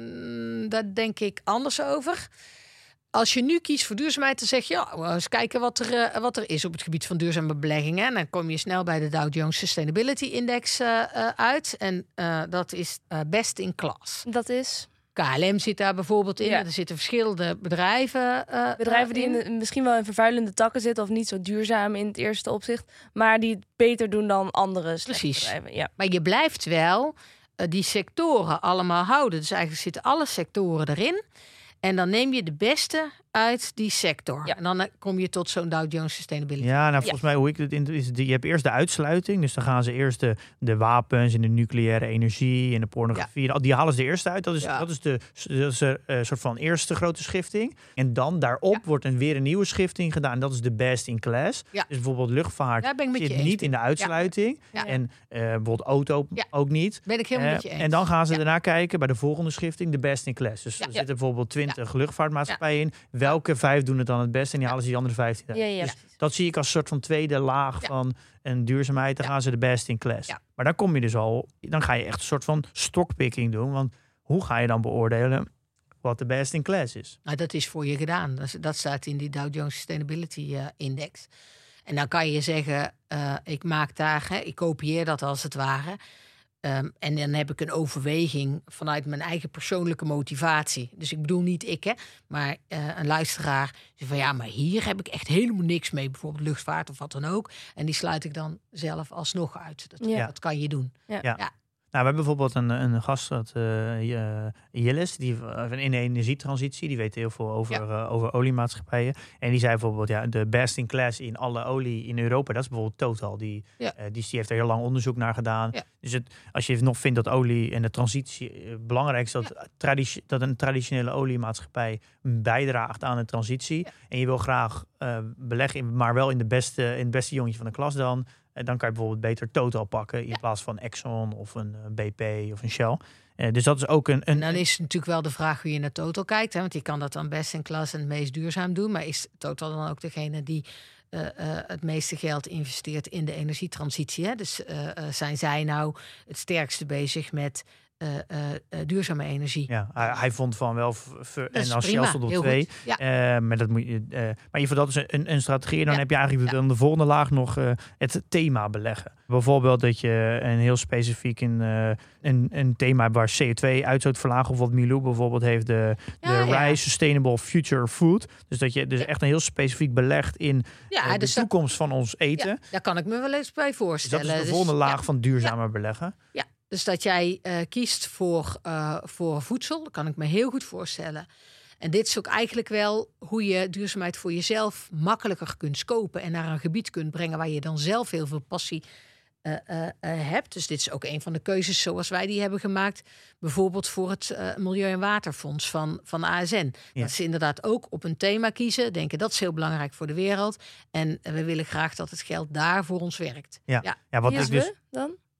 Speaker 4: Mm, daar denk ik anders over. Als je nu kiest voor duurzaamheid, dan zeg je ja, we eens kijken wat er, uh, wat er is op het gebied van duurzame beleggingen. En dan kom je snel bij de Dow Jones Sustainability Index uh, uh, uit. En uh, dat is uh, best in class.
Speaker 2: Dat is
Speaker 4: K L M zit daar bijvoorbeeld in.
Speaker 2: Ja.
Speaker 4: Er zitten verschillende bedrijven. Uh,
Speaker 2: bedrijven die
Speaker 4: in.
Speaker 2: in de- misschien wel in vervuilende takken zitten of niet zo duurzaam in het eerste opzicht, maar die het beter doen dan andere slechte
Speaker 4: Precies.
Speaker 2: bedrijven. Ja.
Speaker 4: Maar je blijft wel uh, die sectoren allemaal houden. Dus eigenlijk zitten alle sectoren erin. En dan neem je de beste uit die sector.
Speaker 2: Ja.
Speaker 4: En dan uh, kom je tot zo'n Dow Jones Sustainability.
Speaker 3: Ja, nou volgens mij hoe ik het in is, die- je hebt eerst de uitsluiting, dus dan gaan ze eerst de, de wapens en de nucleaire energie en de pornografie, die halen ze er eerst uit. Dat is,
Speaker 4: Ja.
Speaker 3: dat is de dat is de, uh, soort van eerste grote schifting. En dan daarop
Speaker 4: Ja.
Speaker 3: wordt een weer een nieuwe schifting gedaan. Dat is de best in class.
Speaker 4: Ja.
Speaker 3: Dus bijvoorbeeld luchtvaart
Speaker 4: Ja, ben ik met
Speaker 3: zit
Speaker 4: je eens.
Speaker 3: niet in de uitsluiting
Speaker 4: Ja.
Speaker 3: en uh, bijvoorbeeld auto
Speaker 4: Ja.
Speaker 3: ook niet.
Speaker 4: Ben ik helemaal
Speaker 3: Eh,
Speaker 4: met je eens.
Speaker 3: en dan gaan ze
Speaker 4: Ja.
Speaker 3: daarna kijken bij de volgende schifting, de best in class. Dus
Speaker 4: Ja.
Speaker 3: er zitten bijvoorbeeld twintig luchtvaartmaatschappijen in.
Speaker 4: Ja.
Speaker 3: Welke vijf doen het dan het beste en die halen ze die andere vijftien uit.
Speaker 2: Ja, ja,
Speaker 4: Ja.
Speaker 2: precies.
Speaker 3: Dat zie ik als soort van tweede laag
Speaker 4: Ja.
Speaker 3: van een duurzaamheid. Dan
Speaker 4: Ja.
Speaker 3: gaan ze de best in class.
Speaker 4: Ja.
Speaker 3: Maar dan kom je dus al, dan ga je echt een soort van stockpicking doen. Want hoe ga je dan beoordelen wat de best in class is?
Speaker 4: Nou, dat is voor je gedaan. Dat, is- dat staat in die Dow Jones Sustainability uh, Index. En dan kan je zeggen, uh, ik maak daar, hè, ik kopieer dat als het ware. Um, en dan heb ik een overweging vanuit mijn eigen persoonlijke motivatie. Dus ik bedoel niet ik, hè, maar uh, een luisteraar zegt van ja, maar hier heb ik echt helemaal niks mee. Bijvoorbeeld luchtvaart of wat dan ook. En die sluit ik dan zelf alsnog uit. Dat,
Speaker 2: Ja.
Speaker 4: dat kan je doen.
Speaker 2: Ja.
Speaker 3: Ja.
Speaker 4: Ja.
Speaker 3: Nou, we hebben bijvoorbeeld een, een gast, dat, uh, Jillis, die uh, in de energietransitie, die weet heel veel over,
Speaker 4: Ja.
Speaker 3: uh, over oliemaatschappijen. En die zei bijvoorbeeld, ja, de best in class in alle olie in Europa, dat is bijvoorbeeld Total. Die,
Speaker 4: Ja.
Speaker 3: uh, die, die heeft er heel lang onderzoek naar gedaan.
Speaker 4: Ja.
Speaker 3: Dus het, als je nog vindt dat olie en de transitie uh, belangrijk is, dat,
Speaker 4: Ja.
Speaker 3: traditie, dat een traditionele oliemaatschappij bijdraagt aan de transitie.
Speaker 4: Ja.
Speaker 3: En je wil graag uh, beleggen, in, maar wel in, de beste, in het beste jongetje van de klas dan. En dan kan je bijvoorbeeld beter Total pakken in
Speaker 4: Ja.
Speaker 3: plaats van Exxon of een uh, B P of een Shell. Uh, dus dat is ook een... een
Speaker 4: En dan is het natuurlijk wel de vraag hoe je naar Total kijkt. Hè? Want je kan dat dan best in klas en het meest duurzaam doen. Maar is Total dan ook degene die uh, uh, het meeste geld investeert in de energietransitie? Hè? Dus uh, uh, zijn zij nou het sterkste bezig met uh, uh, uh, duurzame energie?
Speaker 3: ja, hij, hij vond van wel... v- v-
Speaker 4: Dat
Speaker 3: en
Speaker 4: is
Speaker 3: dan
Speaker 4: prima,
Speaker 3: Shell stond op
Speaker 4: heel
Speaker 3: twee.
Speaker 4: goed. Ja.
Speaker 3: Uh, maar dat moet je... Uh, maar in dat is een, een strategie. En dan
Speaker 4: Ja.
Speaker 3: heb je eigenlijk
Speaker 4: Ja.
Speaker 3: dan de volgende laag nog uh, het thema beleggen. Bijvoorbeeld dat je een heel specifiek in, uh, een, een thema hebt waar C O twee uitstoot verlagen. Of wat Milou bijvoorbeeld heeft, de,
Speaker 4: Ja,
Speaker 3: de
Speaker 4: ja.
Speaker 3: Rise Sustainable Future Food. Dus dat je dus
Speaker 4: Ja.
Speaker 3: echt een heel specifiek belegt in
Speaker 4: Ja,
Speaker 3: uh, de
Speaker 4: dus dat,
Speaker 3: toekomst van ons eten.
Speaker 4: ja, daar kan ik me wel eens bij
Speaker 3: Dus
Speaker 4: voorstellen.
Speaker 3: dat is de
Speaker 4: Dus,
Speaker 3: volgende laag
Speaker 4: ja.
Speaker 3: van duurzamer beleggen.
Speaker 4: Ja, dus dat jij uh, kiest voor, uh, voor voedsel, dat kan ik me heel goed voorstellen. En dit is ook eigenlijk wel hoe je duurzaamheid voor jezelf makkelijker kunt scopen en naar een gebied kunt brengen waar je dan zelf heel veel passie uh, uh, uh, hebt. Dus dit is ook een van de keuzes zoals wij die hebben gemaakt. Bijvoorbeeld voor het uh, Milieu- en Waterfonds van, van A S N.
Speaker 3: Ja.
Speaker 4: Dat ze inderdaad ook op een thema kiezen. Denken dat is heel belangrijk voor de wereld. En we willen graag dat het geld daar voor ons werkt.
Speaker 3: Ja,
Speaker 4: Ja.
Speaker 3: ja wat
Speaker 2: Wie is
Speaker 3: ik dus...
Speaker 2: we dan?
Speaker 4: Ik.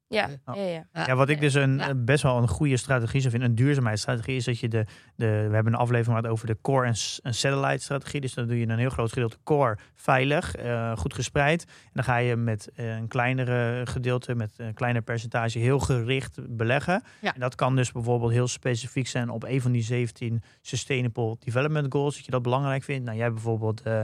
Speaker 2: Ja,
Speaker 3: Oh.
Speaker 2: ja, ja.
Speaker 3: Ja, wat ik dus een
Speaker 4: Ja.
Speaker 3: eh, best wel een goede strategie zou vinden, een duurzaamheidsstrategie, is dat je de, de we hebben een aflevering gehad over de core en, s- en satellite strategie. Dus dan doe je een heel groot gedeelte core veilig, uh, goed gespreid. En dan ga je met uh, een kleinere gedeelte, met een kleiner percentage heel gericht beleggen.
Speaker 4: Ja.
Speaker 3: En dat kan dus bijvoorbeeld heel specifiek zijn op een van die zeventien Sustainable Development Goals, dat je dat belangrijk vindt. Nou, jij hebt bijvoorbeeld uh,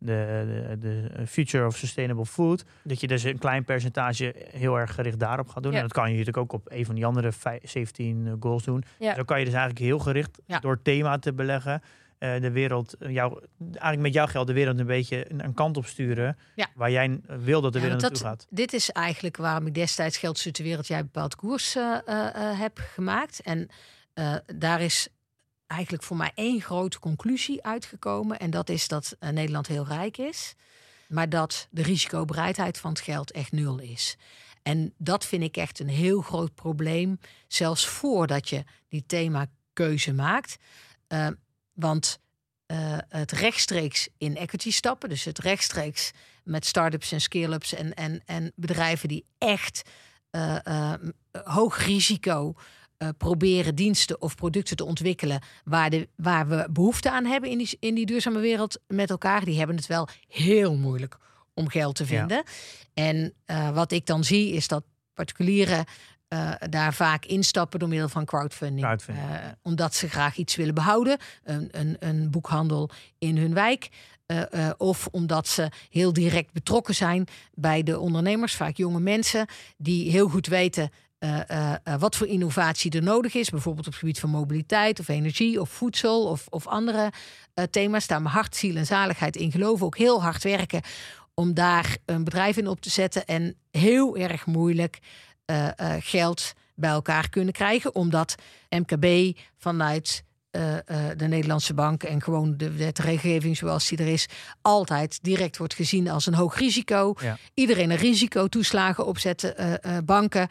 Speaker 3: De, de, de Future of Sustainable Food. Dat je dus een klein percentage heel erg gericht daarop gaat doen.
Speaker 2: Ja.
Speaker 3: En dat kan je natuurlijk ook op een van die andere zeventien goals doen.
Speaker 2: Ja.
Speaker 3: Zo kan je dus eigenlijk heel gericht
Speaker 4: Ja.
Speaker 3: door thema te beleggen. Uh, de wereld, jou, eigenlijk met jouw geld de wereld een beetje een, een kant op sturen.
Speaker 4: Ja.
Speaker 3: Waar jij wil dat de
Speaker 4: Ja,
Speaker 3: wereld
Speaker 4: dat,
Speaker 3: naartoe gaat.
Speaker 4: Dit is eigenlijk waarom ik destijds Geld Stuurt de Wereld, jij bepaald koers uh, uh, heb gemaakt. En uh, daar is eigenlijk voor mij één grote conclusie uitgekomen. En dat is dat uh, Nederland heel rijk is. Maar dat de risicobereidheid van het geld echt nul is. En dat vind ik echt een heel groot probleem. Zelfs voordat je die themakeuze maakt. Uh, want uh, het rechtstreeks in equity stappen. Dus het rechtstreeks met start-ups en scale-ups. En, en, en bedrijven die echt uh, uh, hoog risico Uh, proberen diensten of producten te ontwikkelen waar, de, waar we behoefte aan hebben in die, in die duurzame wereld met elkaar. Die hebben het wel heel moeilijk om geld te vinden. Ja. En uh, wat ik dan zie is dat particulieren uh, daar vaak instappen door middel van crowdfunding.
Speaker 3: crowdfunding.
Speaker 4: Uh, omdat ze graag iets willen behouden. Een, een, een boekhandel in hun wijk. Uh, uh, of omdat ze heel direct betrokken zijn bij de ondernemers. Vaak jonge mensen die heel goed weten Uh, uh, uh, wat voor innovatie er nodig is. Bijvoorbeeld op het gebied van mobiliteit of energie of voedsel of, of andere uh, thema's. Daar mijn hart, ziel en zaligheid in geloven. Ook heel hard werken om daar een bedrijf in op te zetten. En heel erg moeilijk uh, uh, geld bij elkaar kunnen krijgen. Omdat M K B vanuit uh, uh, de Nederlandse bank en gewoon de wetgeving zoals die er is, altijd direct wordt gezien als een hoog risico. Ja. Iedereen een risicotoeslagen opzetten, uh, uh, banken.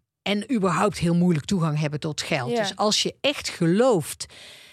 Speaker 4: En überhaupt heel moeilijk toegang hebben tot geld. Ja. Dus als je echt gelooft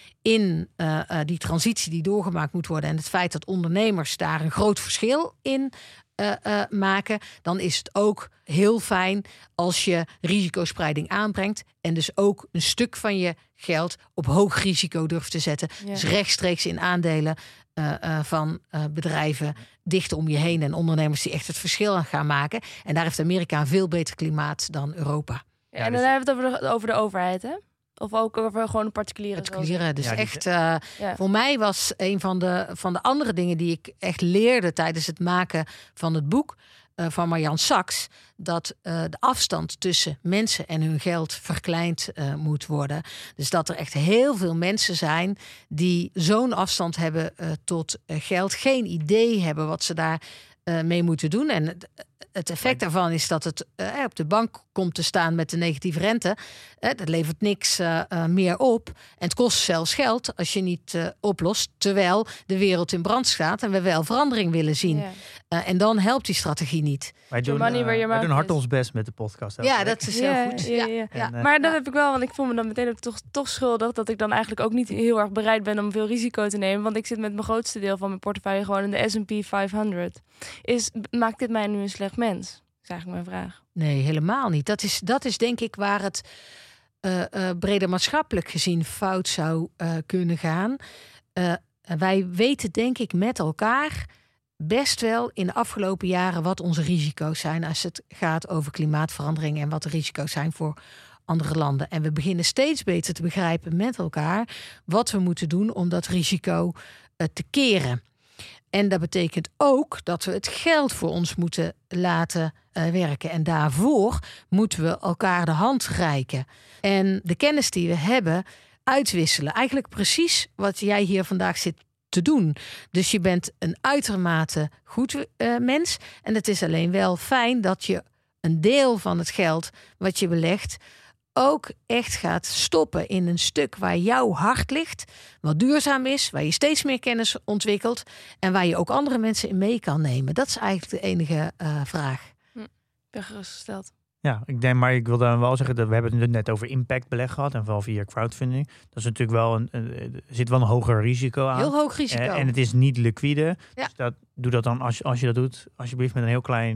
Speaker 4: in uh, uh, die transitie die doorgemaakt moet worden en het feit dat ondernemers daar een groot verschil in uh, uh, maken, dan is het ook heel fijn als je risicospreiding aanbrengt en dus ook een stuk van je geld op hoog risico durft te zetten. Ja. Dus rechtstreeks in aandelen uh, uh, van uh, bedrijven dicht om je heen en ondernemers die echt het verschil gaan maken. En daar heeft Amerika een veel beter klimaat dan Europa.
Speaker 2: Ja, en dan dus hebben we het over de, over de overheid, hè? Of ook over gewoon de particulieren.
Speaker 4: Particulieren, dus
Speaker 3: ja,
Speaker 4: echt, uh, ja. Voor mij was een van de, van de andere dingen die ik echt leerde tijdens het maken van het boek uh, van Marjan Saks, dat uh, de afstand tussen mensen en hun geld verkleind uh, moet worden. Dus dat er echt heel veel mensen zijn die zo'n afstand hebben uh, tot uh, geld, geen idee hebben wat ze daar uh, mee moeten doen. En het, het effect daarvan is dat het uh, op de bank komt te staan met de negatieve rente. Uh, dat levert niks uh, uh, meer op. En het kost zelfs geld als je niet uh, oplost, terwijl de wereld in brand staat en we wel verandering willen zien. Ja. Uh, en dan helpt die strategie niet.
Speaker 3: Wij doen, uh, wij doen hard ons best met de podcast.
Speaker 4: Ja, week. Dat is heel
Speaker 2: ja,
Speaker 4: goed.
Speaker 2: Ja, ja, ja.
Speaker 4: Ja.
Speaker 2: En, uh, maar dat heb ik wel, want ik voel me dan meteen ook toch, toch schuldig dat ik dan eigenlijk ook niet heel erg bereid ben om veel risico te nemen. Want ik zit met mijn grootste deel van mijn portefeuille gewoon in de S en P vijfhonderd. Is, maakt dit mij nu een slecht mens? Dat is eigenlijk mijn vraag.
Speaker 4: Nee, helemaal niet. Dat is, dat is denk ik waar het uh, uh, breder maatschappelijk gezien fout zou uh, kunnen gaan. Uh, wij weten denk ik met elkaar best wel in de afgelopen jaren wat onze risico's zijn als het gaat over klimaatverandering en wat de risico's zijn voor andere landen. En we beginnen steeds beter te begrijpen met elkaar wat we moeten doen om dat risico uh, te keren. En dat betekent ook dat we het geld voor ons moeten laten uh, werken. En daarvoor moeten we elkaar de hand reiken. En de kennis die we hebben uitwisselen. Eigenlijk precies wat jij hier vandaag zit te doen. Dus je bent een uitermate goed uh, mens. En het is alleen wel fijn dat je een deel van het geld wat je belegt ook echt gaat stoppen in een stuk waar jouw hart ligt, wat duurzaam is, waar je steeds meer kennis ontwikkelt en waar je ook andere mensen in mee kan nemen. Dat is eigenlijk de enige uh, vraag.
Speaker 2: Hm, ik ben gerustgesteld.
Speaker 3: Ja, ik denk, maar ik wil dan wel zeggen dat we hebben het net over impactbeleg gehad en vooral via crowdfunding. Dat is natuurlijk wel een, een er zit wel een hoger risico aan.
Speaker 4: Heel hoog risico.
Speaker 3: En, en het is niet liquide.
Speaker 4: Ja.
Speaker 3: Dus dat, doe dat dan als, als je dat doet, alsjeblieft met een heel klein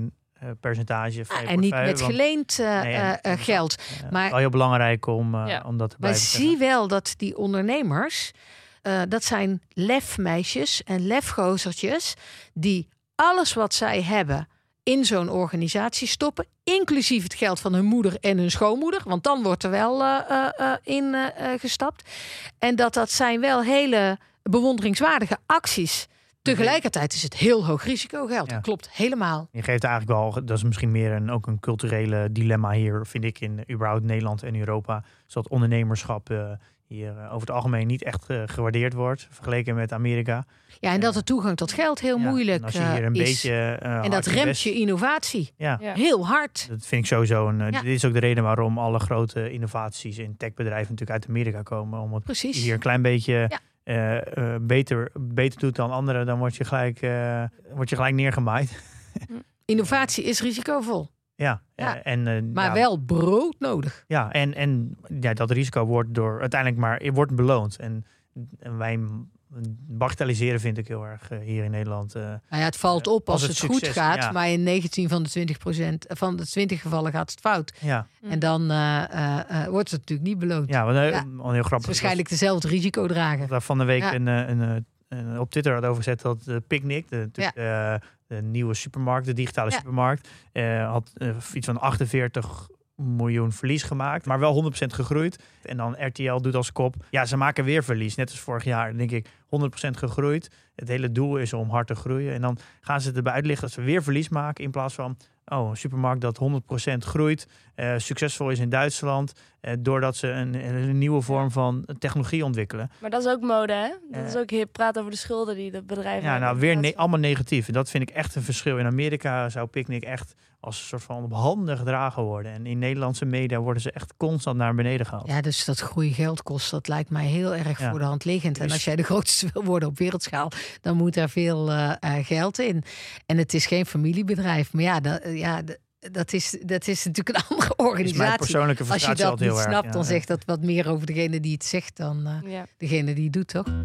Speaker 3: uh, percentage.
Speaker 4: Ah, en niet met want, geleend uh, nee, uh, uh, geld.
Speaker 3: Uh,
Speaker 4: maar
Speaker 3: wel heel belangrijk om, uh, ja. om dat te blijven
Speaker 4: Maar
Speaker 3: zeggen.
Speaker 4: zie wel dat die ondernemers, uh, dat zijn lefmeisjes en lefgozertjes die alles wat zij hebben in zo'n organisatie stoppen, inclusief het geld van hun moeder en hun schoonmoeder, want dan wordt er wel uh, uh, in uh, gestapt. En dat dat zijn wel hele bewonderingswaardige acties. Tegelijkertijd is het heel hoog risicogeld. Ja. Dat klopt helemaal.
Speaker 3: Je geeft eigenlijk wel, dat is misschien meer een, ook een culturele dilemma hier, vind ik, in überhaupt Nederland en Europa. Zodat ondernemerschap uh, hier uh, over het algemeen niet echt uh, gewaardeerd wordt, vergeleken met Amerika.
Speaker 4: Ja, en dat de toegang tot geld heel ja, moeilijk
Speaker 3: en als je hier een
Speaker 4: is.
Speaker 3: Beetje, uh,
Speaker 4: en dat remt
Speaker 3: best...
Speaker 4: je innovatie.
Speaker 3: Ja.
Speaker 2: Ja.
Speaker 4: Heel hard.
Speaker 3: Dat vind ik sowieso. Een, uh,
Speaker 4: ja.
Speaker 3: Dit is ook de reden waarom alle grote innovaties in techbedrijven natuurlijk uit Amerika komen. Omdat
Speaker 4: Precies.
Speaker 3: je hier een klein beetje
Speaker 4: ja.
Speaker 3: uh, uh, beter, beter doet dan anderen, dan word je gelijk, uh, word je gelijk neergemaaid.
Speaker 4: Innovatie is risicovol.
Speaker 3: Ja,
Speaker 4: ja.
Speaker 3: Uh, en, uh,
Speaker 4: maar
Speaker 3: ja,
Speaker 4: wel broodnodig.
Speaker 3: Ja, en, en ja, dat risico wordt door uiteindelijk maar wordt beloond. En, en wij bagatelliseren vind ik heel erg uh, hier in Nederland. Uh,
Speaker 4: nou ja, het valt op als, als het, het succes, goed gaat,
Speaker 3: ja.
Speaker 4: maar in negentien van de twintig procent van de twintig gevallen gaat het fout.
Speaker 3: Ja.
Speaker 4: En dan uh, uh, uh, wordt het natuurlijk niet beloond.
Speaker 3: Ja, wat, uh, ja. heel grappig.
Speaker 4: Waarschijnlijk was, dezelfde risico dragen.
Speaker 3: Daar van de week ja. een, een, een, een op Twitter had overgezet dat uh, Picnic, de, ja. uh, de nieuwe supermarkt, de digitale ja. supermarkt, uh, had uh, iets van achtenveertig miljoen verlies gemaakt, maar wel honderd procent gegroeid. En dan R T L doet als kop, ja, ze maken weer verlies, net als vorig jaar. Dan denk ik, honderd procent gegroeid. Het hele doel is om hard te groeien. En dan gaan ze erbij uitlichten dat ze weer verlies maken in plaats van, oh, een supermarkt dat honderd procent groeit, uh, succesvol is in Duitsland, uh, doordat ze een, een nieuwe vorm van technologie ontwikkelen.
Speaker 2: Maar dat is ook mode, hè? Dat
Speaker 3: uh,
Speaker 2: is ook hip. Praat over de schulden die de bedrijven
Speaker 3: Ja,
Speaker 2: hebben.
Speaker 3: nou, weer ne- allemaal negatief. En dat vind ik echt een verschil. In Amerika zou Picnic echt als een soort van op handen gedragen worden. En in Nederlandse media worden ze echt constant naar beneden gehaald.
Speaker 4: Ja, dus dat groei geld kost, dat lijkt mij heel erg ja. voor de hand liggend. En als jij de grootste wil worden op wereldschaal, dan moet daar veel uh, uh, geld in. En het is geen familiebedrijf. Maar ja, dat, uh, ja d- dat, is, dat is natuurlijk een andere organisatie.
Speaker 3: Mijn persoonlijke
Speaker 4: als je dat niet
Speaker 3: heel
Speaker 4: snapt,
Speaker 3: erg,
Speaker 4: dan
Speaker 3: ja,
Speaker 4: zegt dat wat meer over degene die het zegt dan uh, ja. degene die het doet, toch?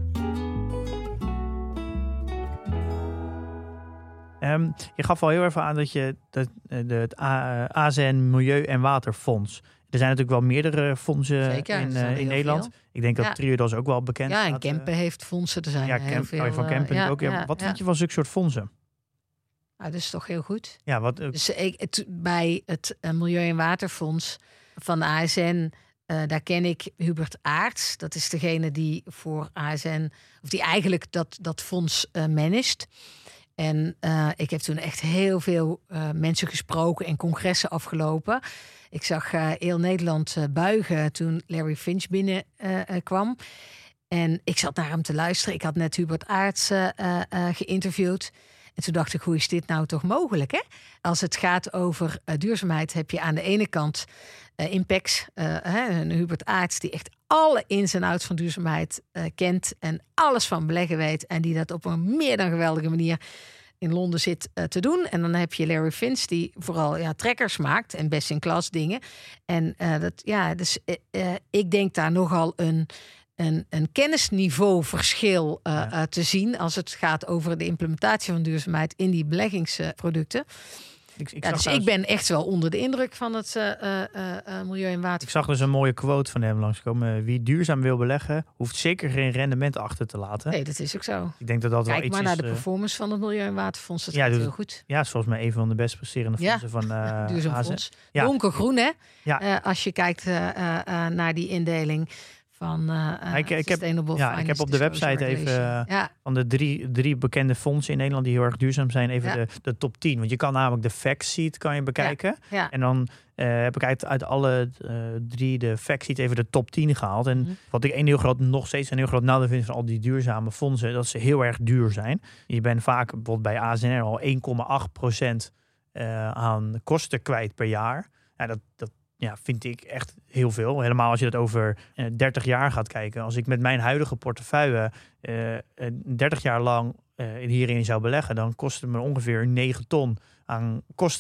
Speaker 3: Um, je gaf al heel even aan dat je dat, de, het A Z N Milieu- en Waterfonds. Er zijn natuurlijk wel meerdere fondsen
Speaker 4: Zeker,
Speaker 3: in, uh, in Nederland.
Speaker 4: veel.
Speaker 3: Ik denk dat
Speaker 4: ja.
Speaker 3: Triodos ook wel bekend is.
Speaker 4: Ja, en Kempen uh, heeft fondsen. Er zijn
Speaker 3: ja,
Speaker 4: heel
Speaker 3: Kemp,
Speaker 4: veel.
Speaker 3: van Kempen uh, ja, ook. Ja, ja, wat ja. vind je van zulke soort fondsen?
Speaker 4: Nou, dat is toch heel goed.
Speaker 3: Ja, wat, uh,
Speaker 4: dus ik, het, bij het uh, Milieu- en Waterfonds van de A S N, uh, daar ken ik Hubert Aerts. Dat is degene die voor A S N, of die eigenlijk dat, dat fonds uh, managt. En uh, ik heb toen echt heel veel uh, mensen gesproken en congressen afgelopen. Ik zag uh, heel Nederland uh, buigen toen Larry Finch binnenkwam. Uh, en ik zat naar hem te luisteren. Ik had net Hubert Aerts uh, uh, geïnterviewd. En toen dacht ik, hoe is dit nou toch mogelijk? Hè? Als het gaat over uh, duurzaamheid heb je aan de ene kant uh, Impex. Uh, hè, een Hubert Aerts die echt alle ins en outs van duurzaamheid uh, kent. En alles van beleggen weet. En die dat op een meer dan geweldige manier in Londen zit uh, te doen. En dan heb je Larry Finch die vooral ja, trekkers maakt. En best in klas dingen. En uh, dat, ja, dus uh, uh, ik denk daar nogal een... Een, een kennisniveauverschil uh, ja. uh, te zien als het gaat over de implementatie van duurzaamheid in die beleggingsproducten. Ik, ik ja, dus trouwens... ik ben echt wel onder de indruk van het uh, uh, uh, milieu- en water.
Speaker 3: Ik zag dus een mooie quote van hem langskomen. Wie duurzaam wil beleggen, hoeft zeker geen rendement achter te laten.
Speaker 4: Nee, dat is ook zo.
Speaker 3: Ik denk dat dat
Speaker 4: Kijk
Speaker 3: wel iets
Speaker 4: maar naar
Speaker 3: is,
Speaker 4: de performance van het Milieu- en Waterfonds. Dat
Speaker 3: ja,
Speaker 4: gaat
Speaker 3: doet,
Speaker 4: heel goed.
Speaker 3: Ja, het is volgens mij een van de best presterende fondsen
Speaker 4: ja.
Speaker 3: van uh,
Speaker 4: Duurzaam fonds.
Speaker 3: Ja.
Speaker 4: Donkergroen, hè?
Speaker 3: Ja.
Speaker 4: Uh, als je kijkt uh, uh, naar die indeling van uh,
Speaker 3: ik, ik, heb,
Speaker 4: ja,
Speaker 3: ik heb op de website even uh, ja. van de drie, drie bekende fondsen in Nederland die heel erg duurzaam zijn, even ja. de, de top tien. Want je kan namelijk de factsheet kan je bekijken.
Speaker 4: Ja. Ja.
Speaker 3: En dan uh, heb ik uit, uit alle uh, drie de factsheet even de top tien gehaald. En mm-hmm. wat ik een heel groot, nog steeds een heel groot nadeel vind van al die duurzame fondsen, dat ze heel erg duur zijn. Je bent vaak bijvoorbeeld bij A S N R al één komma acht procent uh, aan kosten kwijt per jaar. Ja, dat, dat Ja, vind ik echt heel veel. Helemaal als je dat over uh, dertig jaar gaat kijken. Als ik met mijn huidige portefeuille uh, uh, dertig jaar lang uh, hierin zou beleggen, dan kost het me ongeveer negen ton aan kosten.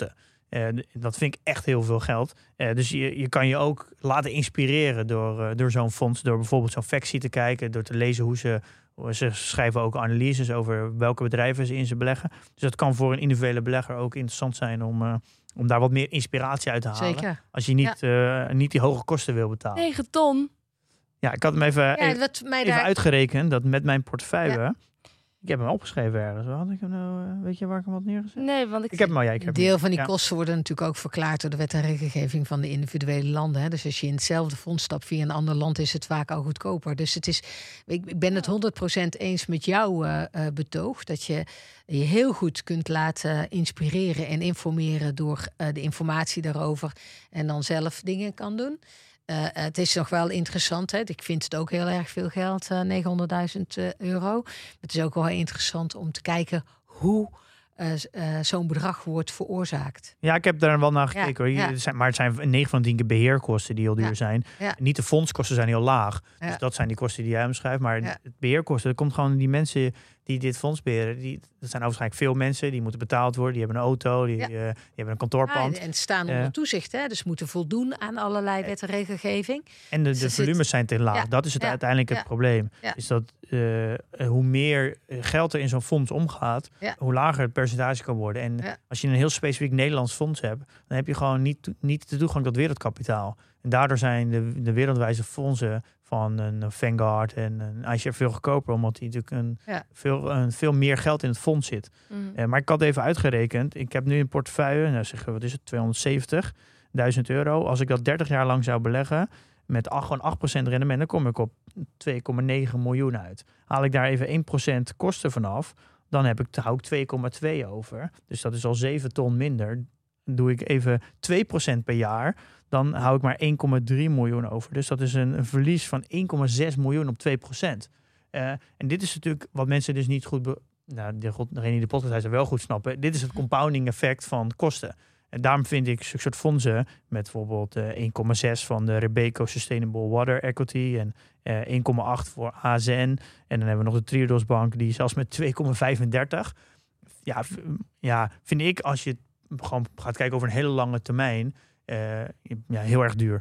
Speaker 3: Uh, dat vind ik echt heel veel geld. Uh, dus je, je kan je ook laten inspireren door, uh, door zo'n fonds. Door bijvoorbeeld zo'n factsheet te kijken. Door te lezen hoe ze... Ze schrijven ook analyses over welke bedrijven ze in ze beleggen. Dus dat kan voor een individuele belegger ook interessant zijn om, uh, om daar wat meer inspiratie uit te halen.
Speaker 4: Zeker.
Speaker 3: Als je niet, ja. uh, niet die hoge kosten wil betalen.
Speaker 2: negen ton?
Speaker 3: Ja, ik had hem even,
Speaker 4: Ja,
Speaker 3: even,
Speaker 4: wat mij
Speaker 3: even
Speaker 4: daar...
Speaker 3: uitgerekend dat met mijn portefeuille...
Speaker 4: Ja.
Speaker 3: Ik heb hem opgeschreven ergens. Waar had ik hem nou, uh, weet je waar ik hem had neergezet?
Speaker 2: Nee, want ik...
Speaker 3: Ik heb hem al, ja, ik heb
Speaker 4: Een deel
Speaker 3: hem.
Speaker 4: van die
Speaker 3: Ja.
Speaker 4: kosten worden natuurlijk ook verklaard door de wet en regelgeving van de individuele landen. Hè. Dus als je in hetzelfde fonds stapt via een ander land, is het vaak al goedkoper. Dus het is, ik, ik ben het honderd procent eens met jouw uh, uh, betoog. Dat je je heel goed kunt laten inspireren en informeren door uh, de informatie daarover. En dan zelf dingen kan doen. Uh, het is nog wel interessant. Hè? Ik vind het ook heel erg veel geld, uh, negenhonderdduizend euro. Het is ook wel interessant om te kijken hoe uh, uh, zo'n bedrag wordt veroorzaakt.
Speaker 3: Ja, ik heb daar wel naar gekeken.
Speaker 4: Ja,
Speaker 3: hoor.
Speaker 4: ja.
Speaker 3: Het zijn, maar het zijn negen van de tien keer beheerkosten die heel duur
Speaker 4: Ja,
Speaker 3: zijn.
Speaker 4: ja.
Speaker 3: Niet de fondskosten zijn heel laag.
Speaker 4: Ja.
Speaker 3: Dus dat zijn die kosten die jij omschrijft. Maar
Speaker 4: Ja.
Speaker 3: het beheerkosten, dat komt gewoon die mensen die dit fonds beheren. Die, dat zijn waarschijnlijk veel mensen. Die moeten betaald worden. Die hebben een auto. Die,
Speaker 4: Ja.
Speaker 3: uh, die hebben een kantoorpand.
Speaker 4: Ja, en staan onder
Speaker 3: Uh,
Speaker 4: toezicht. Hè? Dus moeten voldoen aan allerlei wet en regelgeving.
Speaker 3: En de,
Speaker 4: Dus
Speaker 3: de
Speaker 4: er zit-
Speaker 3: volumes zijn te laag.
Speaker 4: Ja,
Speaker 3: Dat is het
Speaker 4: ja,
Speaker 3: uiteindelijk het
Speaker 4: ja,
Speaker 3: probleem.
Speaker 4: ja.
Speaker 3: Is dat uh, hoe meer geld er in zo'n fonds omgaat,
Speaker 4: Ja.
Speaker 3: hoe lager het percentage kan worden. En
Speaker 4: Ja.
Speaker 3: als je een heel specifiek Nederlands fonds hebt, dan heb je gewoon niet, to- niet de toegang tot wereldkapitaal. En daardoor zijn de, de wereldwijze fondsen van een Vanguard en een iShares veel goedkoper, omdat die natuurlijk een,
Speaker 4: Ja.
Speaker 3: veel, een veel meer geld in het fonds zit.
Speaker 2: Mm.
Speaker 3: Uh, maar ik had even uitgerekend. Ik heb nu een portefeuille, nou zeg, wat is het, tweehonderdzeventigduizend euro. Als ik dat dertig jaar lang zou beleggen, met acht, gewoon acht procent rendement, dan kom ik op twee komma negen miljoen uit. Haal ik daar even één procent kosten vanaf, dan heb ik, hou ik twee komma twee over. Dus dat is al zeven ton minder. Doe ik even twee procent per jaar, dan hou ik maar één komma drie miljoen over. Dus dat is een, een verlies van één komma zes miljoen op twee procent. Uh, en dit is natuurlijk wat mensen dus niet goed... Be- nou, de, degene die de podcast wel goed snappen. Dit is het compounding effect van kosten. En daarom vind ik zulke soort fondsen met bijvoorbeeld uh, één komma zes van de Robeco Sustainable Water Equity en uh, één komma acht voor A S N. En dan hebben we nog de Triodos Bank die zelfs met twee komma vijfendertig. Ja, v- ja, vind ik als je gewoon gaat kijken over een hele lange termijn, uh, ja, heel erg duur.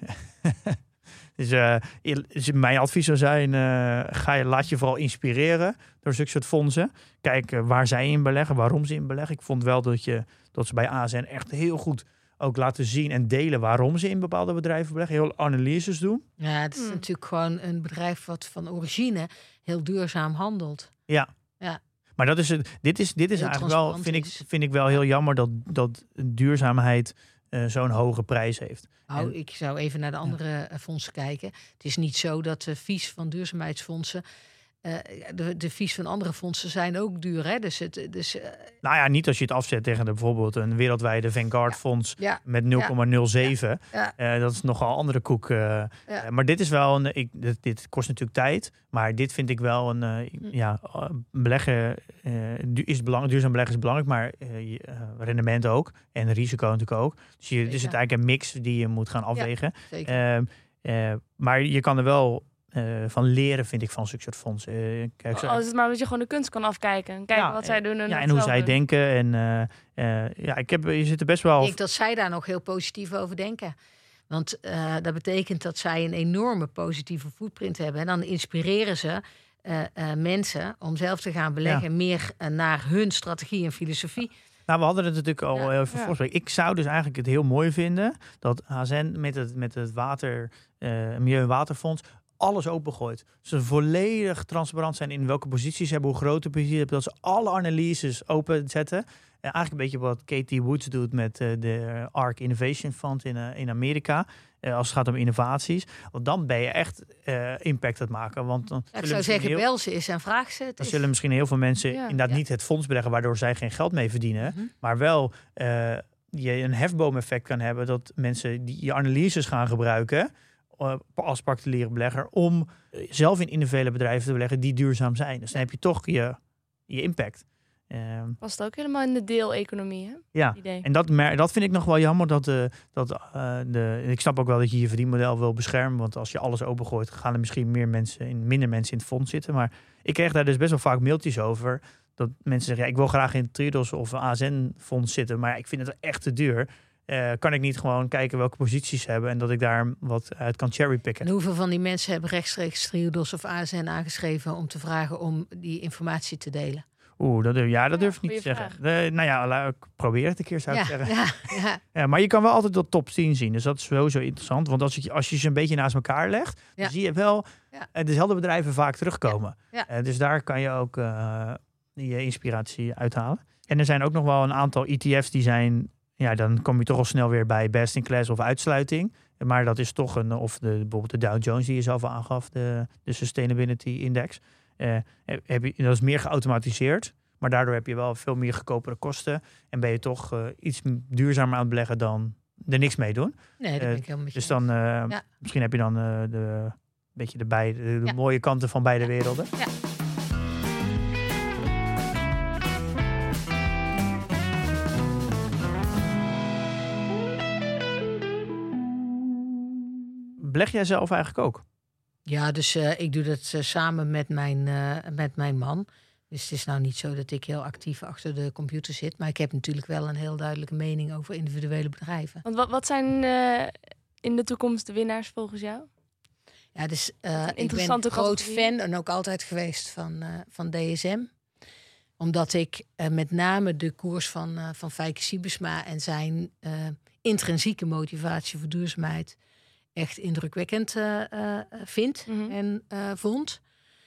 Speaker 3: Dus, uh, dus mijn advies zou zijn, uh, ga je, laat je vooral inspireren door zulke soort fondsen. Kijk uh, waar zij in beleggen, waarom ze in beleggen. Ik vond wel dat, je, dat ze bij A S N echt heel goed ook laten zien en delen waarom ze in bepaalde bedrijven beleggen. Heel analyses doen.
Speaker 4: Ja, het is
Speaker 2: Hmm.
Speaker 4: natuurlijk gewoon een bedrijf wat van origine heel duurzaam handelt.
Speaker 3: Ja.
Speaker 4: Ja.
Speaker 3: Maar dat is het. Dit is, dit is
Speaker 4: Heel
Speaker 3: eigenlijk wel,
Speaker 4: transparant
Speaker 3: vind ik,
Speaker 4: is.
Speaker 3: vind ik wel heel jammer dat, dat duurzaamheid uh, zo'n hoge prijs heeft.
Speaker 4: Nou,
Speaker 3: En-
Speaker 4: ik zou even naar de andere ja. fondsen kijken. Het is niet zo dat de fees van duurzaamheidsfondsen... Uh, de, de fees van andere fondsen zijn ook duur. Hè? Dus het, dus, uh,
Speaker 3: Nou ja, niet als je het afzet tegen de, bijvoorbeeld een wereldwijde Vanguard
Speaker 4: Ja.
Speaker 3: fonds
Speaker 4: ja,
Speaker 3: met nul komma nul zeven.
Speaker 4: ja,
Speaker 3: Uh, dat is nogal andere koek. Uh,
Speaker 4: Ja.
Speaker 3: uh, maar dit is wel een. Ik, dit, dit kost natuurlijk tijd. Maar dit vind ik wel een. Uh,
Speaker 4: Hm.
Speaker 3: ja, uh, beleggen uh, du- is belangrijk. Duurzaam beleggen is belangrijk. Maar uh, je, uh, rendement ook. En risico natuurlijk ook. Dus je, het is het
Speaker 4: Zeker.
Speaker 3: eigenlijk een mix die je moet gaan afwegen.
Speaker 4: zeker.
Speaker 3: Uh, uh, maar je kan er wel uh, van leren, vind ik, van zulke soort fondsen. Uh, kijk, zo,
Speaker 2: Al is het maar dat je gewoon de kunst kan afkijken. Kijken
Speaker 3: Ja,
Speaker 2: wat zij doen. En,
Speaker 3: ja,
Speaker 2: wat
Speaker 3: en hoe
Speaker 2: zelf
Speaker 3: zij
Speaker 2: doen.
Speaker 3: denken. En uh, uh, ja, ik heb, je zit er best wel.
Speaker 4: Ik denk dat zij daar nog heel positief over denken. Want uh, dat betekent dat zij een enorme positieve footprint hebben. En dan inspireren ze uh, uh, mensen om zelf te gaan beleggen...
Speaker 3: Ja.
Speaker 4: meer uh, naar hun strategie en filosofie.
Speaker 3: Nou, we hadden het natuurlijk al
Speaker 4: Ja,
Speaker 3: even
Speaker 2: ja.
Speaker 3: voorgesproken. Ik zou dus eigenlijk het heel mooi vinden dat A S N met het, met het water, uh, Milieu- en Waterfonds alles opengooit. Ze volledig transparant zijn in welke posities ze hebben, hoe groot de positie hebben, dat ze alle analyses openzetten. En eigenlijk een beetje wat Katie Woods doet met uh, de ARK Innovation Fund in, uh, in Amerika. Uh, als het gaat om innovaties. Want dan ben je echt uh, impact aan het maken. Want dan
Speaker 4: Ja, ik
Speaker 3: zullen
Speaker 4: zou
Speaker 3: misschien
Speaker 4: zeggen,
Speaker 3: heel-
Speaker 4: bel ze eens en vraag ze het
Speaker 3: Dan
Speaker 4: eens.
Speaker 3: zullen misschien heel veel mensen
Speaker 2: Ja.
Speaker 3: inderdaad
Speaker 4: Ja.
Speaker 3: niet het fonds beleggen, waardoor zij geen geld mee verdienen.
Speaker 4: Mhm.
Speaker 3: Maar wel uh, je een hefboom-effect kan hebben dat mensen die je analyses gaan gebruiken uh, als particuliere belegger om uh, zelf in individuele bedrijven te beleggen die duurzaam zijn. Dus dan heb je toch je, je impact. Um,
Speaker 2: Past ook helemaal in de deeleconomie, hè?
Speaker 3: ja,
Speaker 2: Het idee.
Speaker 3: en dat, mer- dat vind ik nog wel jammer. Dat, uh, dat, uh, de, ik snap ook wel dat je je verdienmodel wil beschermen. Want als je alles opengooit, gaan er misschien meer mensen in, minder mensen in het fonds zitten. Maar ik kreeg daar dus best wel vaak mailtjes over dat mensen zeggen, ja, ik wil graag in Triodos of A S N-fonds zitten, maar ik vind het echt te duur. Uh, kan ik niet gewoon kijken welke posities ze hebben en dat ik daar wat uit kan cherrypicken?
Speaker 4: En hoeveel van die mensen hebben rechtstreeks Triodos of A S N aangeschreven om te vragen om die informatie te delen?
Speaker 3: Oeh, dat durf, ja, dat durf
Speaker 2: ja,
Speaker 3: ik niet te
Speaker 2: vraag.
Speaker 3: zeggen. De, nou ja, ik probeer het een keer, zou
Speaker 4: ja,
Speaker 3: ik zeggen.
Speaker 4: Ja, ja.
Speaker 3: Ja, maar je kan wel altijd de top tien zien. Dus dat is sowieso interessant. Want als je, als je ze een beetje naast elkaar legt,
Speaker 4: Ja.
Speaker 3: dan zie je wel
Speaker 4: Ja.
Speaker 3: uh, dezelfde bedrijven vaak terugkomen.
Speaker 4: Ja.
Speaker 3: Uh, dus daar kan je ook uh, je inspiratie uithalen. En er zijn ook nog wel een aantal E T F's die zijn... Ja, dan kom je toch al snel weer bij best in class of uitsluiting. Maar dat is toch een... Of de, bijvoorbeeld de Dow Jones die je zelf al aangaf, de, de Sustainability Index. Uh, heb je, dat is meer geautomatiseerd. Maar daardoor heb je wel veel meer goedkopere kosten. En ben je toch uh, iets duurzamer aan het beleggen dan er niks mee doen.
Speaker 4: Nee, dat ben ik helemaal met je
Speaker 3: Dus dan, uh,
Speaker 4: ja.
Speaker 3: misschien heb je dan uh, de, beetje de, beide, de
Speaker 4: ja.
Speaker 3: mooie kanten van beide
Speaker 4: ja.
Speaker 3: werelden.
Speaker 4: Ja.
Speaker 3: Beleg jij zelf eigenlijk ook?
Speaker 4: Ja, dus uh, ik doe dat uh, samen met mijn, uh, met mijn man. Dus het is nou niet zo dat ik heel actief achter de computer zit. Maar ik heb natuurlijk wel een heel duidelijke mening over individuele bedrijven.
Speaker 2: Want wat, wat zijn uh, in de toekomst de winnaars volgens jou?
Speaker 4: Ja, dus uh, ik ben
Speaker 2: categorie.
Speaker 4: groot fan en ook altijd geweest van, uh, van D S M. Omdat ik uh, met name de koers van, uh, van Feike Sijbesma en zijn uh, intrinsieke motivatie voor duurzaamheid echt indrukwekkend uh, uh, vind mm-hmm. en uh, vond.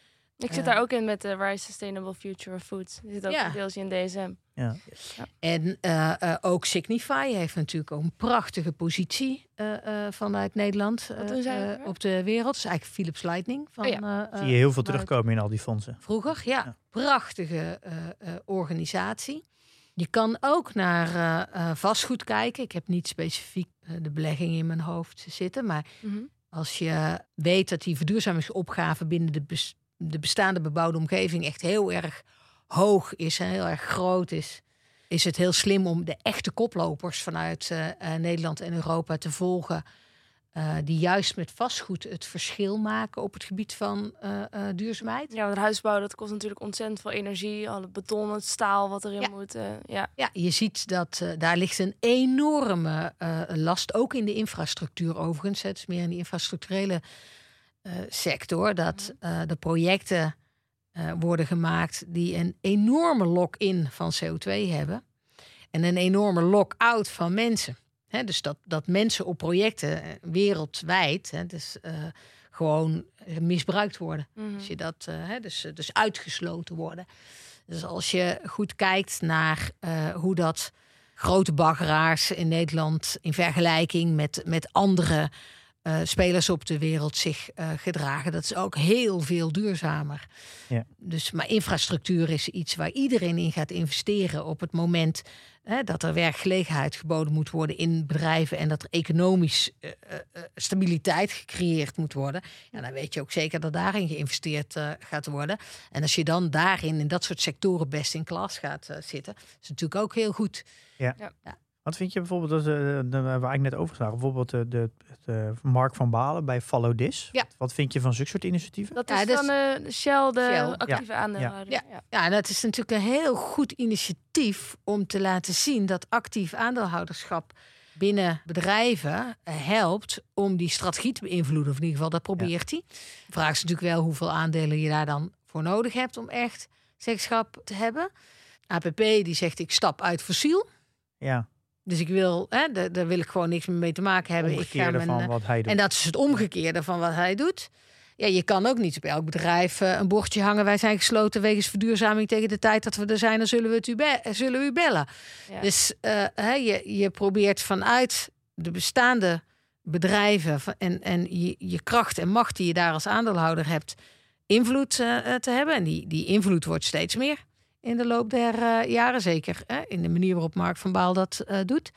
Speaker 2: Ik zit uh, daar ook in met de Rise Sustainable Future of Foods. Je zit ook ja. een deeltje in D S M.
Speaker 3: Ja.
Speaker 4: Ja. En uh, uh, ook Signify heeft natuurlijk ook een prachtige positie uh, uh, vanuit Nederland uh, uh, op de wereld. Dat is eigenlijk Philips Lightning. Van,
Speaker 2: oh ja.
Speaker 4: uh,
Speaker 3: Zie je heel veel terugkomen in al die fondsen.
Speaker 4: Vroeger, ja. ja. Prachtige uh, uh, organisatie. Je kan ook naar uh, uh, vastgoed kijken. Ik heb niet specifiek uh, de belegging in mijn hoofd zitten. Maar mm-hmm. als je weet dat die verduurzamingsopgave binnen de, bes- de bestaande bebouwde omgeving echt heel erg hoog is en heel erg groot is, is het heel slim om de echte koplopers vanuit uh, uh, Nederland en Europa te volgen. Uh, die juist met vastgoed het verschil maken op het gebied van uh, uh, duurzaamheid.
Speaker 2: Ja, want huisbouw, dat kost natuurlijk ontzettend veel energie. Al het beton, het staal wat erin
Speaker 4: ja.
Speaker 2: moet. Uh, ja.
Speaker 4: ja, je ziet dat uh, daar ligt een enorme uh, last. Ook in de infrastructuur overigens. Het is meer in de infrastructurele uh, sector. Dat uh, de projecten uh, worden gemaakt die een enorme lock-in van C O twee hebben. En een enorme lock-out van mensen. He, dus dat, dat mensen op projecten wereldwijd he, dus, uh, gewoon misbruikt worden. Mm-hmm. Als je dat, uh, he, dus, dus uitgesloten worden. Dus als je goed kijkt naar uh, hoe dat grote baggeraars in Nederland in vergelijking met, met andere uh, spelers op de wereld zich uh, gedragen, dat is ook heel veel duurzamer. Ja. Dus, maar infrastructuur is iets waar iedereen in gaat investeren op het moment hè, dat er werkgelegenheid geboden moet worden in bedrijven en dat er economisch uh, uh, stabiliteit gecreëerd moet worden. Ja, dan weet je ook zeker dat daarin geïnvesteerd uh, gaat worden. En als je dan daarin in dat soort sectoren best in klas gaat uh, zitten, is natuurlijk ook heel goed.
Speaker 3: Ja. Ja. Ja. Wat vind je bijvoorbeeld, dat, uh, de, waar ik net over zag, bijvoorbeeld de, de, de Mark van Balen bij Follow This.
Speaker 4: Ja.
Speaker 3: Wat vind je van zulke soort initiatieven?
Speaker 2: Dat is
Speaker 4: ja, dus,
Speaker 2: van uh, Shell, de
Speaker 4: Shell.
Speaker 2: actieve
Speaker 3: ja.
Speaker 2: aandeelhouder.
Speaker 4: Ja. Ja. ja, dat is natuurlijk een heel goed initiatief om te laten zien dat actief aandeelhouderschap binnen bedrijven helpt om die strategie te beïnvloeden. Of in ieder geval, dat probeert hij. Ja. De vraag is natuurlijk wel hoeveel aandelen je daar dan voor nodig hebt om echt zeggenschap te hebben. A P P die zegt ik stap uit fossiel.
Speaker 3: Ja.
Speaker 4: Dus ik wil, hè, daar, daar wil ik gewoon niks meer mee te maken hebben. Ik ga mijn,
Speaker 3: van wat hij doet.
Speaker 4: En dat is het omgekeerde van wat hij doet. Ja, je kan ook niet op elk bedrijf uh, een bordje hangen. Wij zijn gesloten wegens verduurzaming. Tegen de tijd dat we er zijn, dan zullen we het u, be- zullen we u bellen. Ja. Dus uh, hè, je, je probeert vanuit de bestaande bedrijven en, en je, je kracht en macht die je daar als aandeelhouder hebt, invloed uh, te hebben. En die, die invloed wordt steeds meer in de loop der uh, jaren, zeker hè, in de manier waarop Mark van Baal dat uh, doet.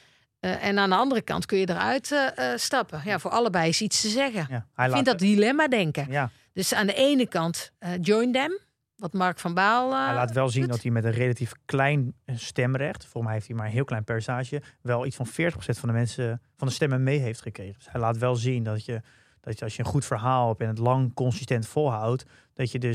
Speaker 4: Uh, en aan de andere kant kun je eruit uh, uh, stappen. Ja, voor allebei is iets te zeggen. Ja, hij Ik vind dat dilemma denken. Ja. Dus aan de ene kant uh, join them, wat Mark van Baal uh,
Speaker 3: Hij laat wel zien
Speaker 4: doet.
Speaker 3: dat hij met een relatief klein stemrecht, volgens mij heeft hij maar een heel klein percentage, wel iets van veertig procent van de mensen van de stemmen mee heeft gekregen. Dus hij laat wel zien dat je, dat je als je een goed verhaal hebt en het lang consistent volhoudt, dat je dus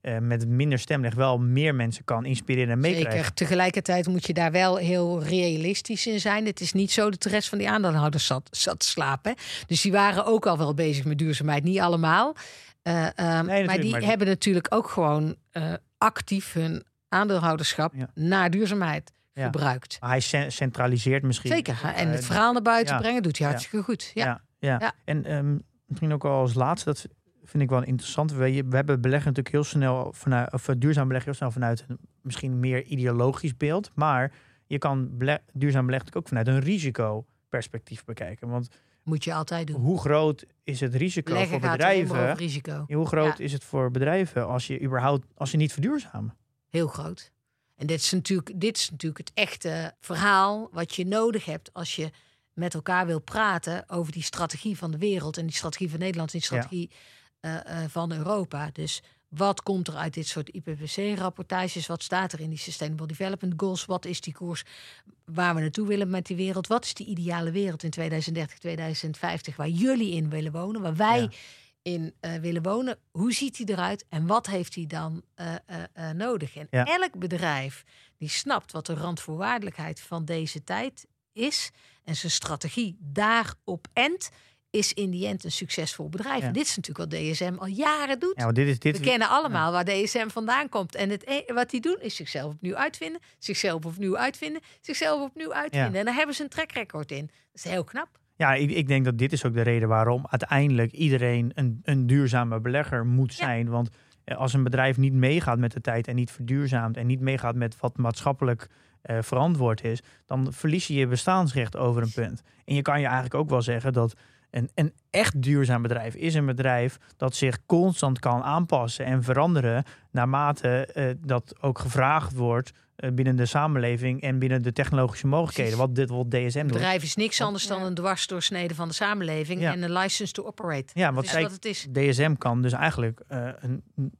Speaker 3: uh, met minder stemleg wel meer mensen kan inspireren en meekrijgen.
Speaker 4: Zeker. Tegelijkertijd moet je daar wel heel realistisch in zijn. Het is niet zo dat de rest van die aandeelhouders zat, zat te slapen. Dus die waren ook al wel bezig met duurzaamheid. Niet allemaal. Uh, uh, nee, maar die maar... hebben natuurlijk ook gewoon uh, actief hun aandeelhouderschap ja. naar duurzaamheid ja. gebruikt.
Speaker 3: Maar hij centraliseert misschien.
Speaker 4: Zeker. En het verhaal naar buiten ja. brengen doet hij hartstikke ja. goed. Ja.
Speaker 3: Ja. Ja. Ja. En um, misschien ook al als laatste, dat vind ik wel interessant. We, we hebben beleggen natuurlijk heel snel vanuit, of duurzaam beleggen heel snel vanuit een misschien meer ideologisch beeld. Maar je kan beleg, duurzaam beleggen ook vanuit een risicoperspectief bekijken. Want
Speaker 4: moet je altijd doen.
Speaker 3: Hoe groot is het risico
Speaker 4: Beleggen
Speaker 3: voor bedrijven?
Speaker 4: Risico.
Speaker 3: Hoe groot
Speaker 4: ja.
Speaker 3: is het voor bedrijven als je überhaupt als je niet verduurzamen?
Speaker 4: Heel groot. En dit is natuurlijk, dit is natuurlijk het echte verhaal wat je nodig hebt als je met elkaar wil praten over die strategie van de wereld en die strategie van Nederland en die strategie ja. uh, uh, van Europa. Dus wat komt er uit dit soort I P C C-rapportages? Wat staat er in die Sustainable Development Goals? Wat is die koers waar we naartoe willen met die wereld? Wat is die ideale wereld in tweeduizend dertig, tweeduizend vijftig waar jullie in willen wonen? Waar wij ja. in uh, willen wonen? Hoe ziet die eruit? En wat heeft hij dan uh, uh, uh, nodig? En ja. elk bedrijf die snapt wat de randvoorwaardelijkheid van deze tijd is en zijn strategie daarop endt, is in die end een succesvol bedrijf. Ja. En dit is natuurlijk wat D S M al jaren doet.
Speaker 3: Ja, dit is, dit
Speaker 4: We is, kennen allemaal ja. waar D S M vandaan komt. En het, wat die doen is zichzelf opnieuw uitvinden, zichzelf opnieuw uitvinden, zichzelf opnieuw uitvinden. Ja. En daar hebben ze een track record in. Dat is heel knap.
Speaker 3: Ja, ik, ik denk dat dit is ook de reden waarom uiteindelijk iedereen een, een duurzame belegger moet zijn. Ja. Want als een bedrijf niet meegaat met de tijd en niet verduurzaamt en niet meegaat met wat maatschappelijk uh, verantwoord is, dan verlies je je bestaansrecht over een punt. En je kan je eigenlijk ook wel zeggen dat Een, een echt duurzaam bedrijf is een bedrijf dat zich constant kan aanpassen en veranderen naarmate uh, dat ook gevraagd wordt uh, binnen de samenleving en binnen de technologische mogelijkheden. Wat dit wat D S M doet.
Speaker 4: Een bedrijf is niks anders dan een dwarsdoorsnede van de samenleving ja. en een license to operate.
Speaker 3: Ja, wat, wat het is. D S M kan dus eigenlijk uh, een,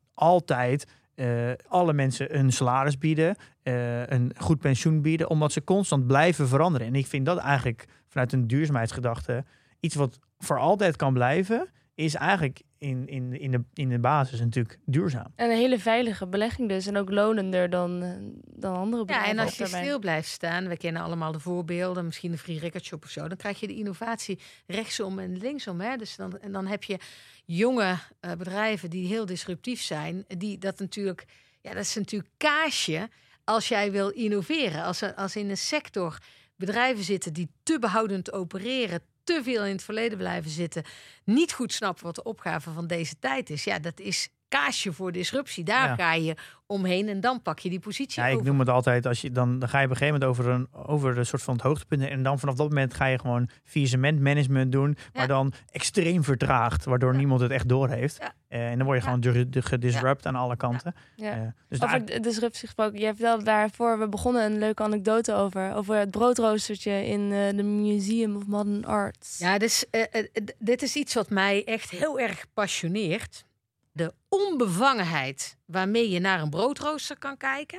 Speaker 3: altijd uh, alle mensen een salaris bieden, uh, een goed pensioen bieden, omdat ze constant blijven veranderen. En ik vind dat eigenlijk vanuit een duurzaamheidsgedachte iets wat voor altijd kan blijven, is eigenlijk in, in, in, de, in de basis natuurlijk duurzaam.
Speaker 2: En een hele veilige belegging dus. En ook lonender dan, dan andere bedrijven.
Speaker 4: Ja, en als je stil blijft staan, we kennen allemaal de voorbeelden, misschien de Free Record Shop of zo, dan krijg je de innovatie rechtsom en linksom. Hè? Dus dan, en dan heb je jonge uh, bedrijven die heel disruptief zijn, die dat natuurlijk, ja, dat is natuurlijk kaasje als jij wil innoveren. Als, er, als in een sector bedrijven zitten die te behoudend opereren, te veel in het verleden blijven zitten, niet goed snappen wat de opgave van deze tijd is. Ja, dat is kaasje voor disruptie. Daar ja. ga je omheen en dan pak je die positie
Speaker 3: ja,
Speaker 4: over.
Speaker 3: Ik noem het altijd, als je, dan, dan ga je op een gegeven moment over een, over een soort van het hoogtepunt en dan vanaf dat moment ga je gewoon faillissement management, maar ja. dan extreem vertraagd, waardoor ja. niemand het echt doorheeft. Ja. Uh, en dan word je ja. gewoon gedisrupt ja. aan alle kanten.
Speaker 2: Ja. Ja. Uh, dus over daar... disruptie gesproken, je vertelde daarvoor, we begonnen een leuke anekdote over, over het broodroostertje in de uh, Museum of Modern Arts.
Speaker 4: Ja, dus, uh, uh, dit is iets wat mij echt heel erg passioneert. De onbevangenheid waarmee je naar een broodrooster kan kijken,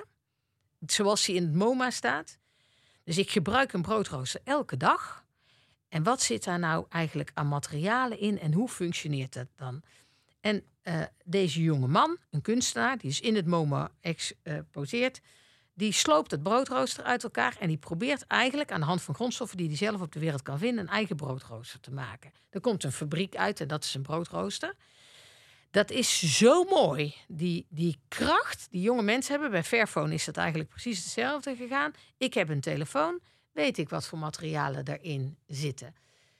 Speaker 4: zoals die in het MoMA staat. Dus ik gebruik een broodrooster elke dag. En wat zit daar nou eigenlijk aan materialen in en hoe functioneert dat dan? En uh, deze jonge man, een kunstenaar, die is in het MoMA exposeerd, die sloopt het broodrooster uit elkaar en die probeert eigenlijk aan de hand van grondstoffen die hij zelf op de wereld kan vinden, een eigen broodrooster te maken. Er komt een fabriek uit en dat is een broodrooster. Dat is zo mooi. Die, die kracht die jonge mensen hebben. Bij Fairphone is dat eigenlijk precies hetzelfde gegaan. Ik heb een telefoon. Weet ik wat voor materialen daarin zitten?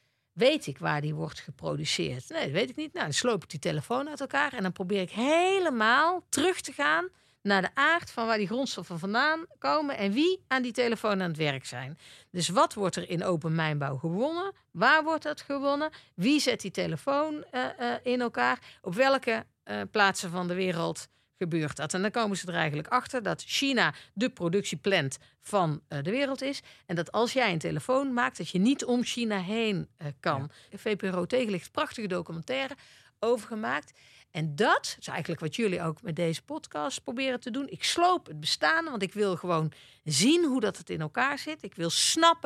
Speaker 4: Weet ik waar die wordt geproduceerd? Nee, dat weet ik niet. Nou, dan sloop ik die telefoon uit elkaar en dan probeer ik helemaal terug te gaan naar de aard van waar die grondstoffen vandaan komen en wie aan die telefoon aan het werk zijn. Dus wat wordt er in open mijnbouw gewonnen? Waar wordt dat gewonnen? Wie zet die telefoon uh, uh, in elkaar? Op welke uh, plaatsen van de wereld gebeurt dat? En dan komen ze er eigenlijk achter dat China de productieplant van uh, de wereld is. En dat als jij een telefoon maakt, dat je niet om China heen uh, kan. Ja. V P R O Tegenlicht, prachtige documentaire over gemaakt. En dat is eigenlijk wat jullie ook met deze podcast proberen te doen. Ik sloop het bestaan, want ik wil gewoon zien hoe dat het in elkaar zit. Ik wil snappen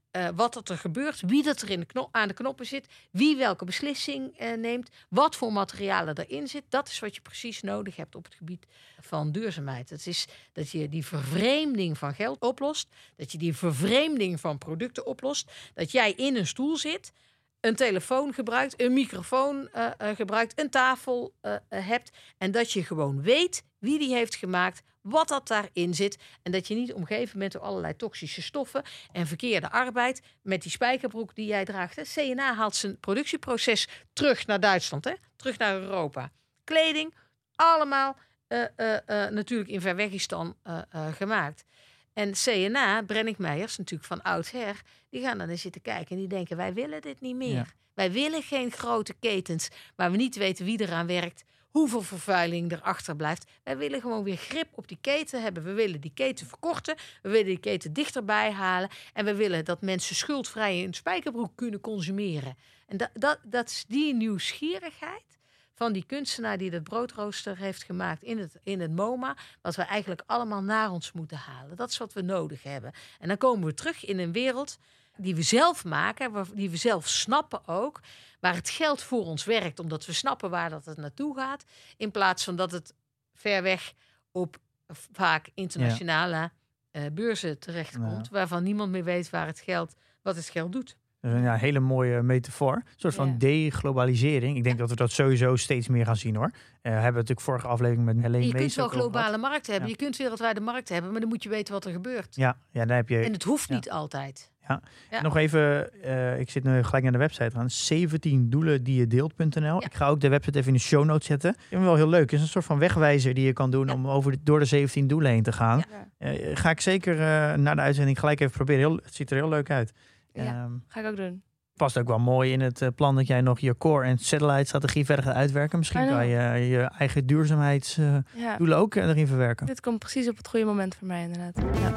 Speaker 4: uh, wat er gebeurt, wie dat er in de knop, aan de knoppen zit, wie welke beslissing uh, neemt, wat voor materialen erin zit. Dat is wat je precies nodig hebt op het gebied van duurzaamheid. Het is dat je die vervreemding van geld oplost, dat je die vervreemding van producten oplost, dat jij in een stoel zit, een telefoon gebruikt, een microfoon uh, uh, gebruikt, een tafel uh, uh, hebt en dat je gewoon weet wie die heeft gemaakt, wat dat daarin zit en dat je niet omgeven bent door allerlei toxische stoffen en verkeerde arbeid met die spijkerbroek die jij draagt. Hè. C N A haalt zijn productieproces terug naar Duitsland, hè? Terug naar Europa. Kleding, allemaal uh, uh, uh, natuurlijk in Verwegistan uh, uh, gemaakt. En C N A, Brenninkmeijers, natuurlijk van oudsher, die gaan dan eens zitten kijken en die denken, wij willen dit niet meer. Ja. Wij willen geen grote ketens waar we niet weten wie eraan werkt, hoeveel vervuiling erachter blijft. Wij willen gewoon weer grip op die keten hebben. We willen die keten verkorten. We willen die keten dichterbij halen. En we willen dat mensen schuldvrij een spijkerbroek kunnen consumeren. En dat, dat, dat is die nieuwsgierigheid van die kunstenaar die dat broodrooster heeft gemaakt in het, in het MoMA, wat we eigenlijk allemaal naar ons moeten halen. Dat is wat we nodig hebben. En dan komen we terug in een wereld die we zelf maken, die we zelf snappen ook, waar het geld voor ons werkt, omdat we snappen waar dat het naartoe gaat, in plaats van dat het ver weg op vaak internationale ja. uh, beurzen terechtkomt, ja. waarvan niemand meer weet waar het geld, wat het geld doet.
Speaker 3: Dat is een ja, hele mooie metafoor. Een soort van ja. deglobalisering. Ik denk ja. dat we dat sowieso steeds meer gaan zien, hoor. Uh, we hebben natuurlijk vorige aflevering met Helene
Speaker 4: Je
Speaker 3: Mees
Speaker 4: kunt wel globale markten hebben. Ja. Je kunt wereldwijde markten hebben, maar dan moet je weten wat er gebeurt.
Speaker 3: Ja, ja dan heb je.
Speaker 4: En het hoeft
Speaker 3: ja.
Speaker 4: niet altijd.
Speaker 3: Ja. Ja. Nog even, uh, ik zit nu gelijk naar de website gaan. zeventien doelen die je deelt punt n l. Ja. Ik ga ook de website even in de show notes zetten. Ik vind het wel heel leuk. Het is een soort van wegwijzer die je kan doen ja. om over de, door de zeventien doelen heen te gaan. Ja. Uh, ga ik zeker uh, na de uitzending gelijk even proberen. Heel, het ziet er heel leuk uit.
Speaker 2: Ja, um, ga ik ook doen.
Speaker 3: Past ook wel mooi in het uh, plan dat jij nog je core- en satellite-strategie verder gaat uitwerken. Misschien kan je uh, je eigen duurzaamheidsdoelen uh, ja. ook uh, erin verwerken.
Speaker 2: Dit komt precies op het goede moment voor mij, inderdaad. Ja.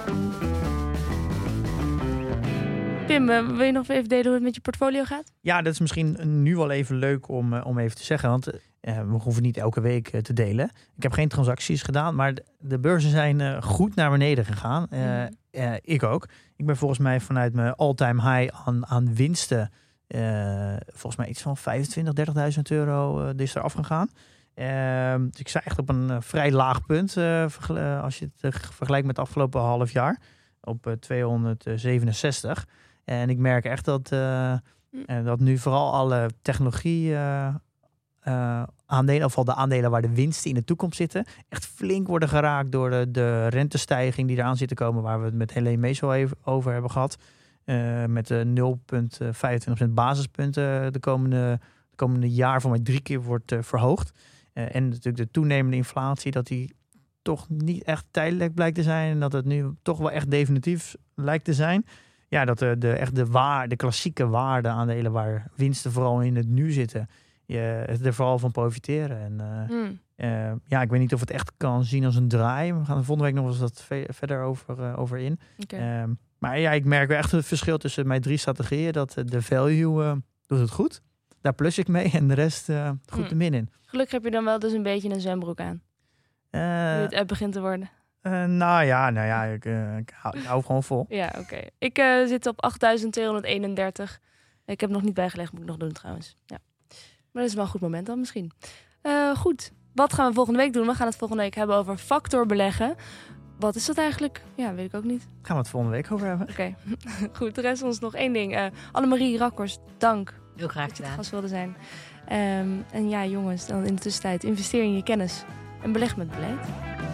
Speaker 2: Pim, uh, wil je nog even delen hoe het met je portfolio gaat?
Speaker 3: Ja, dat is misschien nu wel even leuk om, uh, om even te zeggen. Want uh, we hoeven niet elke week uh, te delen. Ik heb geen transacties gedaan, maar de, de beurzen zijn uh, goed naar beneden gegaan. Uh, mm. uh, ik ook. Ik ben volgens mij vanuit mijn all-time high aan, aan winsten, uh, volgens mij iets van vijfentwintig, dertigduizend euro uh, is er afgegaan. Uh, dus ik sta echt op een uh, vrij laag punt uh, vergel- uh, als je het uh, vergelijkt met het afgelopen half jaar. Op uh, tweehonderdzevenenzestig. En ik merk echt dat, uh, mm. dat nu vooral alle technologie uh, uh, aandelen, of al de aandelen waar de winsten in de toekomst zitten, echt flink worden geraakt door de, de rentestijging die eraan zit te komen, waar we het met Helene Mees al even over hebben gehad. Uh, met de nul komma vijfentwintig procent basispunten de komende, de komende jaar voor mij drie keer wordt uh, verhoogd. Uh, en natuurlijk de toenemende inflatie, dat die toch niet echt tijdelijk blijkt te zijn en dat het nu toch wel echt definitief lijkt te zijn. Ja, dat de, de, echt de, waar, de klassieke waardeaandelen waar winsten vooral in het nu zitten, je er vooral van profiteren. En, uh, mm. uh, ja, ik weet niet of het echt kan zien als een draai. We gaan er volgende week nog eens wat ve- verder over, uh, over in. Okay. Um, maar ja, ik merk wel echt het verschil tussen mijn drie strategieën. Dat uh, de value uh, doet het goed. Daar plus ik mee en de rest uh, goed mm. de min in.
Speaker 2: Gelukkig heb je dan wel dus een beetje een zwembroek aan. Uh, nu het app begint te worden.
Speaker 3: Uh, nou ja, nou ja ik, uh, ik, hou, ik hou gewoon vol.
Speaker 2: Ja, oké. Okay. Ik uh, zit op achtduizend tweehonderdeenendertig. Ik heb nog niet bijgelegd, moet ik nog doen trouwens. Ja. Maar dat is wel een goed moment dan misschien. Uh, goed, wat gaan we volgende week doen? We gaan het volgende week hebben over factor beleggen. Wat is dat eigenlijk? Ja, weet ik ook niet.
Speaker 3: Gaan we het volgende week over hebben.
Speaker 2: Oké, okay. Goed. Er rest ons nog één ding. Uh, Annemarie Rakkers, dank.
Speaker 4: Heel graag
Speaker 2: dat je het gast wilde zijn. Um, en ja, jongens, dan in de tussentijd investeer in je kennis en beleg met beleid.